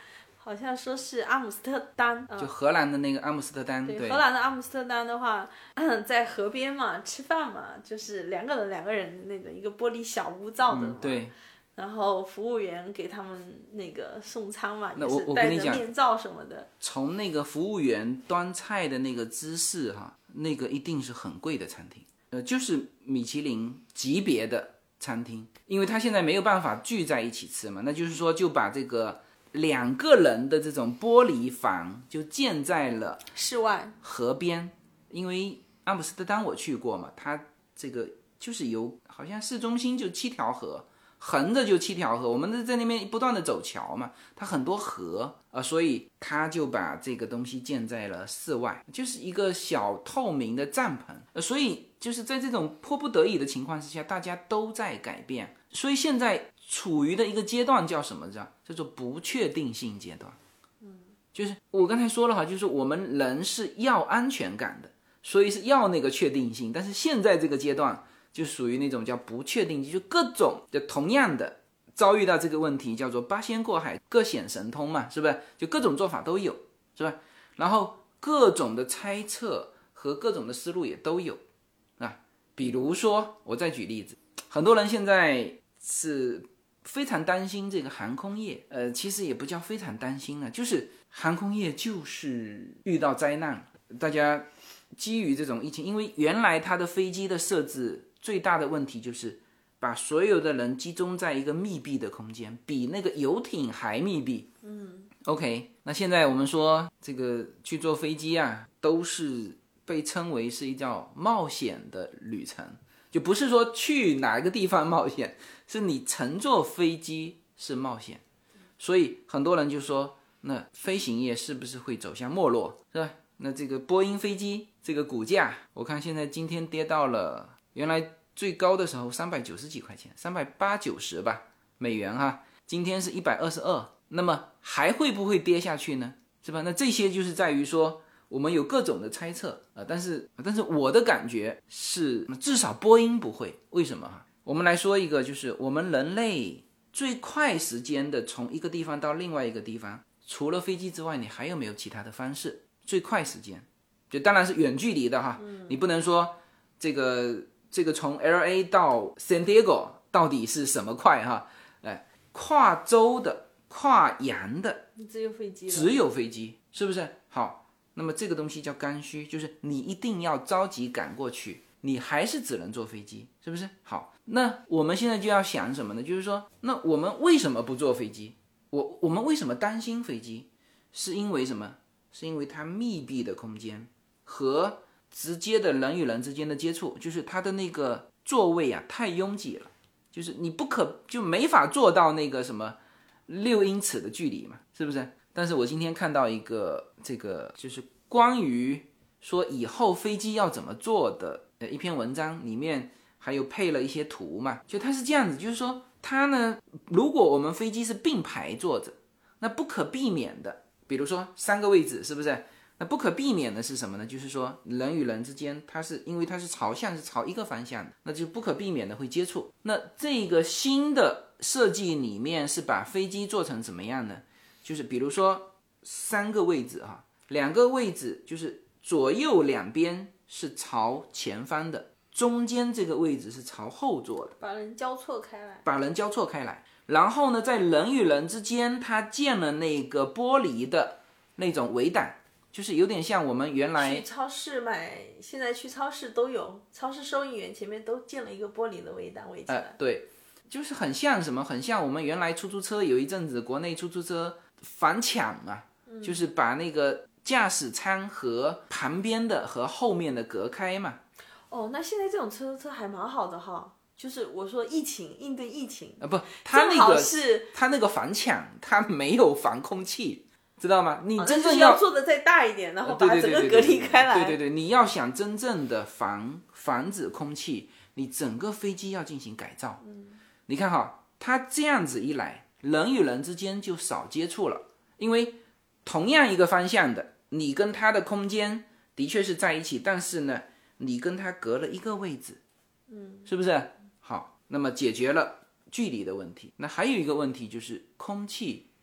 Speaker 2: 好像说是阿姆斯特丹，
Speaker 1: 就荷兰的那个阿姆斯特丹，对，
Speaker 2: 荷兰的阿姆斯特丹的话，在河边嘛，吃饭嘛，就是两个人的那种一个玻璃小屋造的嘛，
Speaker 1: 对。
Speaker 2: 然后服务员给他们那个送餐嘛，
Speaker 1: 那
Speaker 2: 也是戴着面罩什么的。
Speaker 1: 从那个服务员端菜的那个姿势哈，那个一定是很贵的餐厅，就是米其林级别的餐厅，因为他现在没有办法聚在一起吃嘛，那就是说就把这个2个人的这种玻璃房就建在了
Speaker 2: 室外
Speaker 1: 河边，因为阿姆斯特丹我去过嘛，它这个就是有好像市中心就7条河。横着就7条河，我们在那边不断的走桥嘛，它很多河所以他就把这个东西建在了室外，就是一个小透明的帐篷，所以就是在这种迫不得已的情况之下，大家都在改变，所以现在处于的一个阶段叫什么？叫做不确定性阶段。就是我刚才说了哈，就是我们人是要安全感的，所以是要那个确定性，但是现在这个阶段。就属于那种叫不确定，就各种就同样的遭遇到这个问题，叫做八仙过海各显神通嘛，是不是？就各种做法都有，是吧？然后各种的猜测和各种的思路也都有啊。比如说，我再举例子，很多人现在是非常担心这个航空业，其实也不叫非常担心了，就是航空业就是遇到灾难，大家基于这种疫情，因为原来它的飞机的设置。最大的问题就是把所有的人集中在一个密闭的空间，比那个游艇还密闭。OK， 那现在我们说这个去坐飞机啊，都是被称为是一叫冒险的旅程，就不是说去哪个地方冒险，是你乘坐飞机是冒险。所以很多人就说，那飞行业是不是会走向没落，是吧？那这个波音飞机这个股价，我看现在今天跌到了。原来最高的时候390几块钱，380-90吧美元哈，今天是122，那么还会不会跌下去呢？是吧？那这些就是在于说我们有各种的猜测但是我的感觉是至少波音不会，为什么我们来说一个，就是我们人类最快时间的从一个地方到另外一个地方，除了飞机之外，你还有没有其他的方式？最快时间就当然是远距离的哈，你不能说这个从 LA 到 San Diego 到底是什么快哈？跨州的、跨洋的，
Speaker 2: 只有飞机，
Speaker 1: 是不是？好，那么这个东西叫刚需，就是你一定要着急赶过去，你还是只能坐飞机，是不是？好，那我们现在就要想什么呢？就是说，那我们为什么不坐飞机？我们为什么担心飞机？是因为什么？是因为它密闭的空间和直接的人与人之间的接触，就是它的那个座位啊太拥挤了，就是你就没法做到那个什么6英尺的距离嘛，是不是？但是我今天看到一个这个就是关于说以后飞机要怎么做的一篇文章，里面还有配了一些图嘛，就它是这样子，就是说它呢，如果我们飞机是并排坐着，那不可避免的，比如说3个位置，是不是？那不可避免的是什么呢？就是说人与人之间，因为它是朝向是朝一个方向的，那就不可避免的会接触。那这个新的设计里面是把飞机做成怎么样呢？就是比如说3个位置2个位置就是左右两边是朝前方的，中间这个位置是朝后座的，
Speaker 2: 把人交错开来。
Speaker 1: 然后呢，在人与人之间，它建了那个玻璃的那种围挡。就是有点像我们原来
Speaker 2: 去超市买，现在去超市都有，超市收银员前面都建了一个玻璃的围挡围起来。
Speaker 1: 对，就是很像什么？很像我们原来出租车有一阵子国内出租车反抢啊，就是把那个驾驶舱和旁边的和后面的隔开嘛。
Speaker 2: 哦，那现在这种车还蛮好的哈。就是我说应对疫情
Speaker 1: 不，它那个反抢，它没有防空气。知道吗？你真正
Speaker 2: 要做的再大一点，然后把整个隔离开来。
Speaker 1: 对，你要想真正的防止空气，你整个飞机要进行改造。你看它这样子一来，人与人之间就少接触了，因为同样一个方向的，你跟它的空间的确是在一起，但是呢，你跟它隔了一个位置，是不是？好，那么解决了距离的问题。那还有一个问题就是空气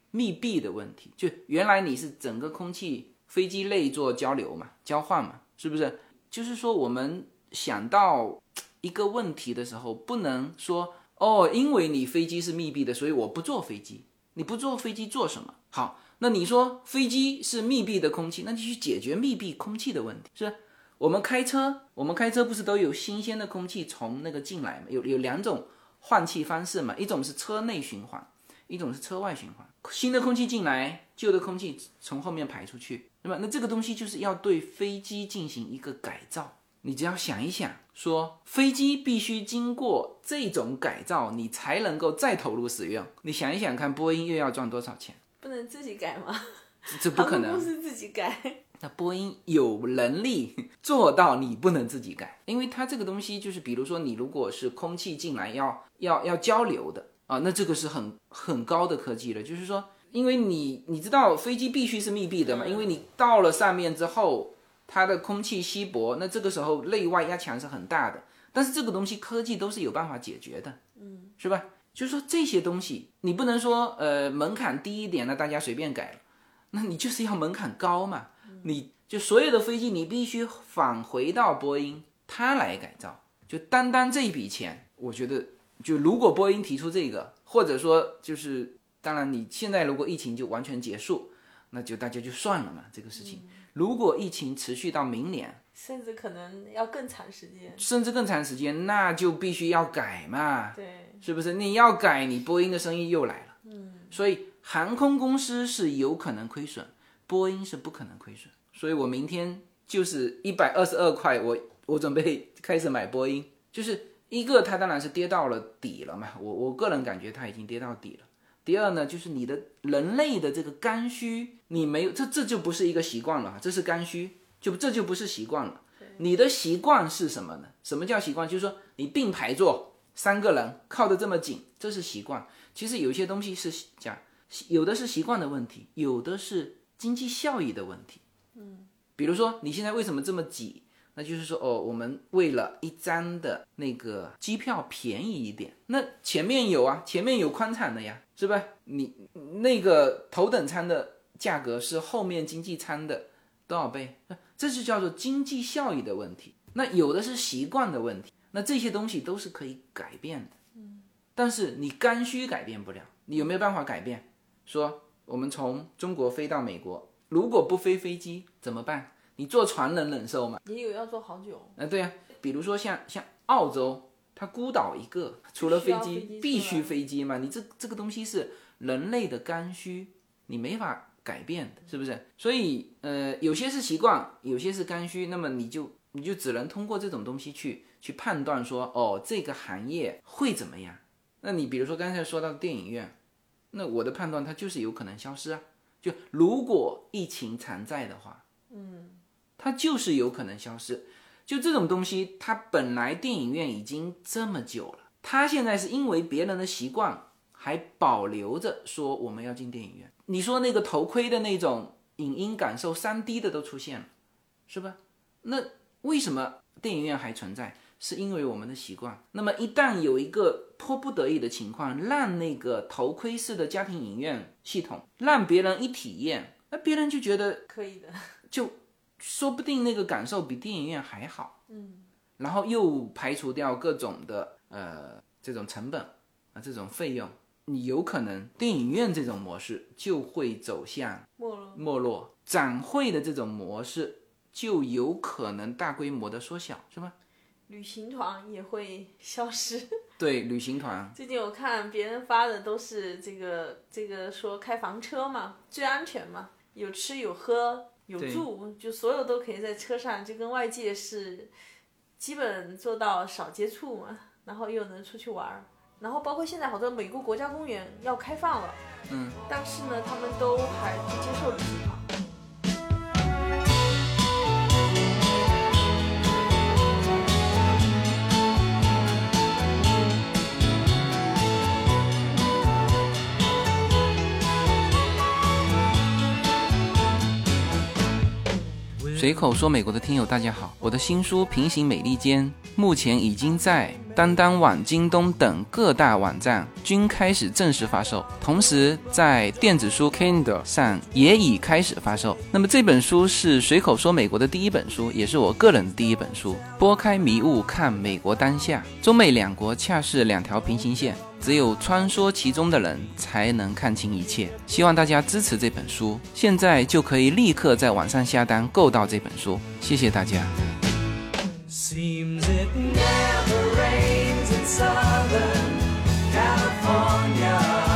Speaker 1: 密闭的问题，就原来你是整个空气飞机内做交流嘛，交换嘛，是不是？就是说我们想到一个问题的时候，不能说因为你飞机是密闭的，所以我不坐飞机。你不坐飞机做什么？好，那你说飞机是密闭的空气，那就去解决密闭空气的问题。是我们开车不是都有新鲜的空气从那个进来吗？有两种换气方式嘛，一种是车内循环，一种是车外循环。新的空气进来，旧的空气从后面排出去，对吧？那这个东西就是要对飞机进行一个改造。你只要想一想，说飞机必须经过这种改造，你才能够再投入使用。你想一想看，波音又要赚多少钱？
Speaker 2: 不能自己改吗？
Speaker 1: 这不可能，
Speaker 2: 航空公司自己改。
Speaker 1: 那波音有能力做到你不能自己改，因为它这个东西就是，比如说你如果是空气进来要交流的啊，那这个是很高的科技了。就是说，因为你知道飞机必须是密闭的嘛，因为你到了上面之后，它的空气稀薄，那这个时候内外压强是很大的。但是这个东西科技都是有办法解决的，是吧？就是说这些东西你不能说门槛低一点，那大家随便改了，那你就是要门槛高嘛。你就所有的飞机你必须返回到波音它来改造，就单单这一笔钱，我觉得就如果波音提出这个，或者说就是当然你现在如果疫情就完全结束，那就大家就算了嘛这个事情。如果疫情持续到明年，
Speaker 2: 甚至可能要更长时间，
Speaker 1: 那就必须要改嘛，
Speaker 2: 对，
Speaker 1: 是不是？你要改，你波音的生意又来了。所以航空公司是有可能亏损，波音是不可能亏损。所以我明天就是122块，我准备开始买波音。就是一个，它当然是跌到了底了嘛，我个人感觉它已经跌到底了。第二呢，就是你的人类的这个刚需，你没有，这就不是一个习惯了，这是刚需，这就不是习惯了。你的习惯是什么呢？什么叫习惯？就是说你并排坐3个人靠得这么紧，这是习惯。其实有些东西是讲，有的是习惯的问题，有的是经济效益的问题。比如说你现在为什么这么挤？那就是说我们为了一张的那个机票便宜一点，那前面有宽敞的呀，是吧？你那个头等舱的价格是后面经济舱的多少倍？这就叫做经济效益的问题。那有的是习惯的问题，那这些东西都是可以改变的。但是你刚需改变不了，你有没有办法改变？说我们从中国飞到美国，如果不飞飞机怎么办？你坐船能忍受吗？
Speaker 2: 也有要坐好久。
Speaker 1: 对啊，比如说像澳洲，它孤岛一个，除了飞机必须飞机嘛，你这个东西是人类的刚需，你没法改变的，是不是？所以有些是习惯，有些是刚需，那么你就只能通过这种东西去判断说这个行业会怎么样。那你比如说刚才说到电影院，那我的判断它就是有可能消失啊，就如果疫情常在的话，它就是有可能消失。就这种东西，它本来电影院已经这么久了，它现在是因为别人的习惯还保留着说我们要进电影院。你说那个头盔的那种影音感受 3D 的都出现了，是吧？那为什么电影院还存在？是因为我们的习惯。那么一旦有一个迫不得已的情况，让那个头盔式的家庭影院系统让别人一体验，那别人就觉得
Speaker 2: 可以的，
Speaker 1: 就说不定那个感受比电影院还好。然后又排除掉各种的这种成本啊，这种费用，你有可能电影院这种模式就会走向没落，展会的这种模式就有可能大规模的缩小，是吧？
Speaker 2: 旅行团也会消失。
Speaker 1: 对，旅行团
Speaker 2: 最近我看别人发的都是这个说开房车嘛，最安全嘛，有吃有喝有住，就所有都可以在车上，就跟外界是基本做到少接触嘛，然后又能出去玩。然后包括现在好多美国国家公园要开放了，但是呢他们都还不接受旅行团。
Speaker 1: 随口说美国的听友大家好，我的新书《平行美利坚》目前已经在当当网、京东等各大网站均开始正式发售，同时在电子书 Kindle 上也已开始发售。那么这本书是随口说美国的第一本书，也是我个人的第一本书。拨开迷雾看美国当下，中美两国恰是两条平行线，只有穿梭其中的人才能看清一切。希望大家支持这本书，现在就可以立刻在网上下单购到这本书，谢谢大家。
Speaker 3: Seems it never rains in Southern California.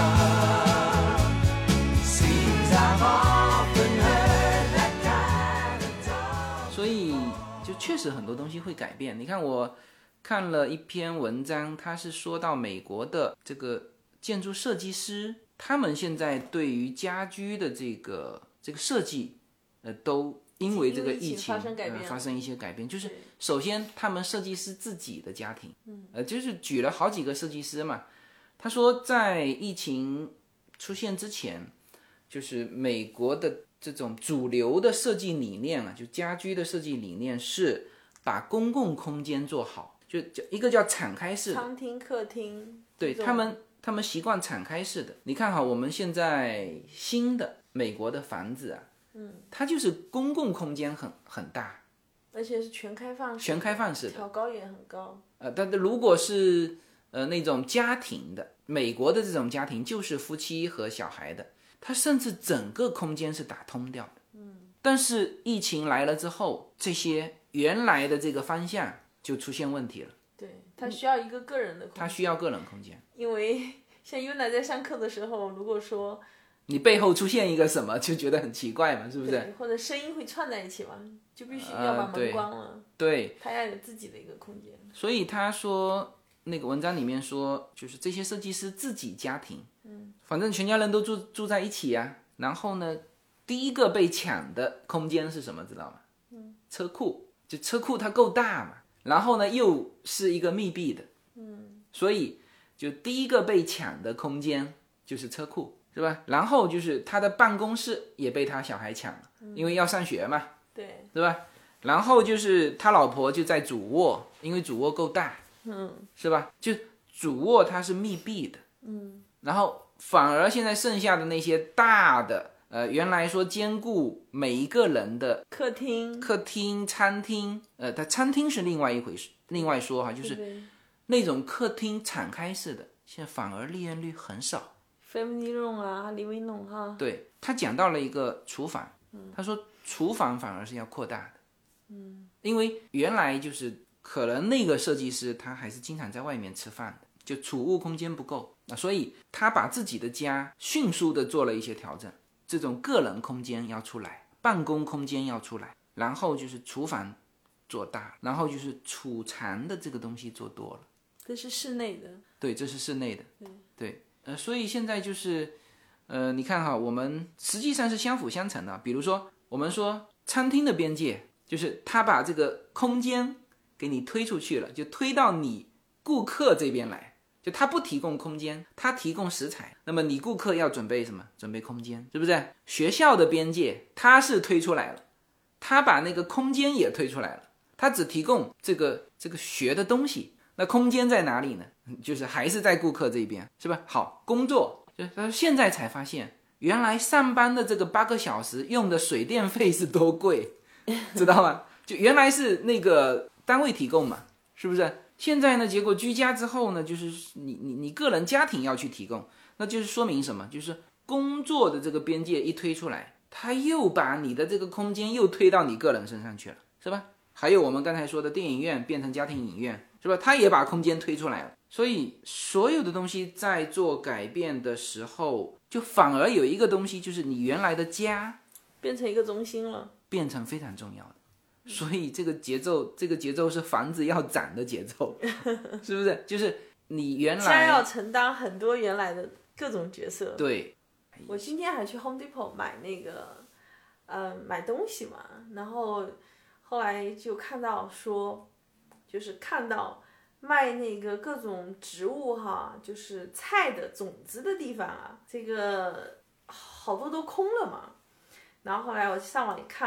Speaker 3: Seems I've often heard that kind of talk.
Speaker 1: 所以就确实很多东西会改变。你看我看了一篇文章，它是说到美国的这个建筑设计师，他们现在对于家居的这个设计，都因为这个疫情发生一些改变。就是首先他们设计师自己的家庭，就是举了好几个设计师嘛。他说在疫情出现之前，就是美国的这种主流的设计理念啊，就家居的设计理念是把公共空间做好，就一个叫敞开式的
Speaker 2: 餐厅、客厅，
Speaker 1: 对他们习惯敞开式的。你看哈，我们现在新的美国的房子啊，它就是公共空间很大，
Speaker 2: 而且是全开放式的，挑高也很高。
Speaker 1: 但如果是那种家庭的，美国的这种家庭就是夫妻和小孩的，它甚至整个空间是打通掉的。但是疫情来了之后，这些原来的这个方向就出现问题了。
Speaker 2: 对，它需要一个个人的空间。
Speaker 1: 它需要个人空间，
Speaker 2: 因为像 Yuna 在上课的时候，如果说
Speaker 1: 你背后出现一个什么，就觉得很奇怪嘛，是不是？
Speaker 2: 或者声音会串在一起嘛，就必须要把门关了。
Speaker 1: 对，
Speaker 2: 他要有自己的一个空间。
Speaker 1: 所以他说，那个文章里面说，就是这些设计师自己家庭，反正全家人都住在一起呀。然后呢，第一个被抢的空间是什么，知道吗？车库，就车库它够大嘛，然后呢又是一个密闭的，所以就第一个被抢的空间就是车库，是吧？然后就是他的办公室也被他小孩抢了，因为要上学嘛，
Speaker 2: 对，
Speaker 1: 是吧？然后就是他老婆就在主卧，因为主卧够大，是吧？就主卧它是密闭的，然后反而现在剩下的那些大的，原来说兼顾每一个人的
Speaker 2: 客厅、
Speaker 1: 餐厅，它餐厅是另外一回事，另外说哈，就是那种客厅敞开式的，现在反而利润率很少。
Speaker 2: Family room 啊 ，living room 哈。
Speaker 1: 对，他讲到了一个厨房，他说厨房反而是要扩大的，因为原来就是可能那个设计师他还是经常在外面吃饭的，就储物空间不够，所以他把自己的家迅速的做了一些调整，这种个人空间要出来，办公空间要出来，然后就是厨房做大，然后就是储藏的这个东西做多了。
Speaker 2: 这是室内的。
Speaker 1: 对，这是室内的。对，所以现在就是，你看哈，我们实际上是相辅相成的。比如说，我们说餐厅的边界，就是他把这个空间给你推出去了，就推到你顾客这边来。就他不提供空间，他提供食材，那么你顾客要准备什么？准备空间，是不是？学校的边界他是推出来了，他把那个空间也推出来了，他只提供这个学的东西。那空间在哪里呢？就是还是在顾客这边，是吧？好，工作，就他现在才发现，原来上班的这个8个小时用的水电费是多贵，知道吗？就原来是那个单位提供嘛，是不是？现在呢，结果居家之后呢，就是你个人家庭要去提供，那就是说明什么？就是工作的这个边界一推出来，他又把你的这个空间又推到你个人身上去了，是吧？还有我们刚才说的电影院变成家庭影院，是吧？他也把空间推出来了。所以所有的东西在做改变的时候，就反而有一个东西，就是你原来的家
Speaker 2: 变成一个中心了，
Speaker 1: 变成非常重要的。所以这个节奏是房子要涨的节奏，是不是？就是你原来
Speaker 2: 家要承担很多原来的各种角色。
Speaker 1: 对，
Speaker 2: 我今天还去 Home Depot 买那个买东西嘛，然后后来就看到说，就是看到卖那个各种植物哈，就是菜的种子的地方啊，这个好多都空了嘛。然后后来我上网一看，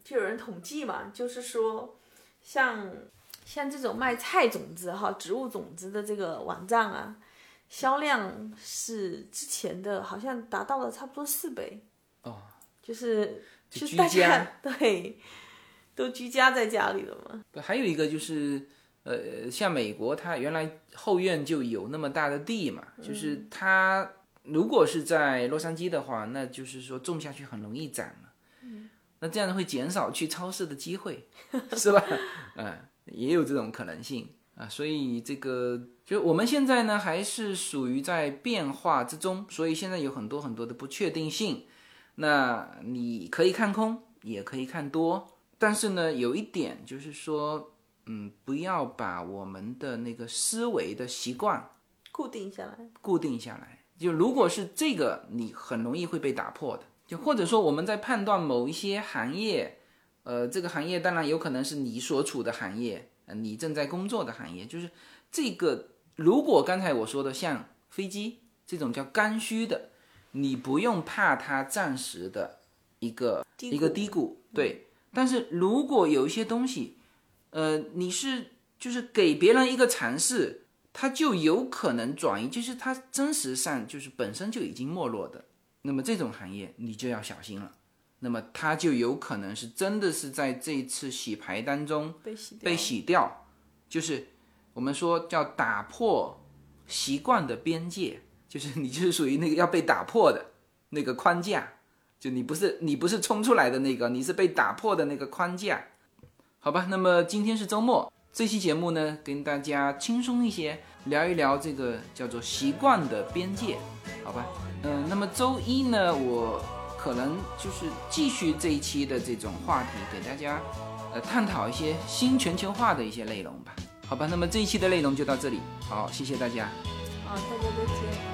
Speaker 2: 就有人统计嘛，就是说像这种卖菜种子哈、植物种子的这个网站啊，销量是之前的好像达到了差不多4倍
Speaker 1: 哦，
Speaker 2: 就是
Speaker 1: 居
Speaker 2: 大家
Speaker 1: 家
Speaker 2: 对都居家在家里了嘛。
Speaker 1: 还有一个就是像美国，它原来后院就有那么大的地嘛，就是它如果是在洛杉矶的话，那就是说种下去很容易长了。那这样会减少去超市的机会，是吧？也有这种可能性啊。所以这个就我们现在呢，还是属于在变化之中，所以现在有很多很多的不确定性。那你可以看空，也可以看多，但是呢，有一点就是说，不要把我们的那个思维的习惯
Speaker 2: 固定下来。
Speaker 1: 就如果是这个，你很容易会被打破的。就或者说我们在判断某一些行业，这个行业当然有可能是你所处的行业，你正在工作的行业，就是这个。如果刚才我说的像飞机这种叫刚需的，你不用怕它暂时的一个低谷，对。但是如果有一些东西，你是就是给别人一个尝试，它就有可能转移，就是它真实上就是本身就已经没落的。那么这种行业你就要小心了，那么它就有可能是真的是在这一次洗牌当中被洗掉，就是我们说叫打破习惯的边界，就是你就是属于那个要被打破的那个框架，就你不是冲出来的那个，你是被打破的那个框架。好吧，那么今天是周末，这期节目呢跟大家轻松一些，聊一聊这个叫做习惯的边界，好吧。那么周一呢，我可能就是继续这一期的这种话题，给大家探讨一些新全球化的一些内容吧。好吧，那么这一期的内容就到这里，好，谢谢大家。
Speaker 2: 好，大家再见。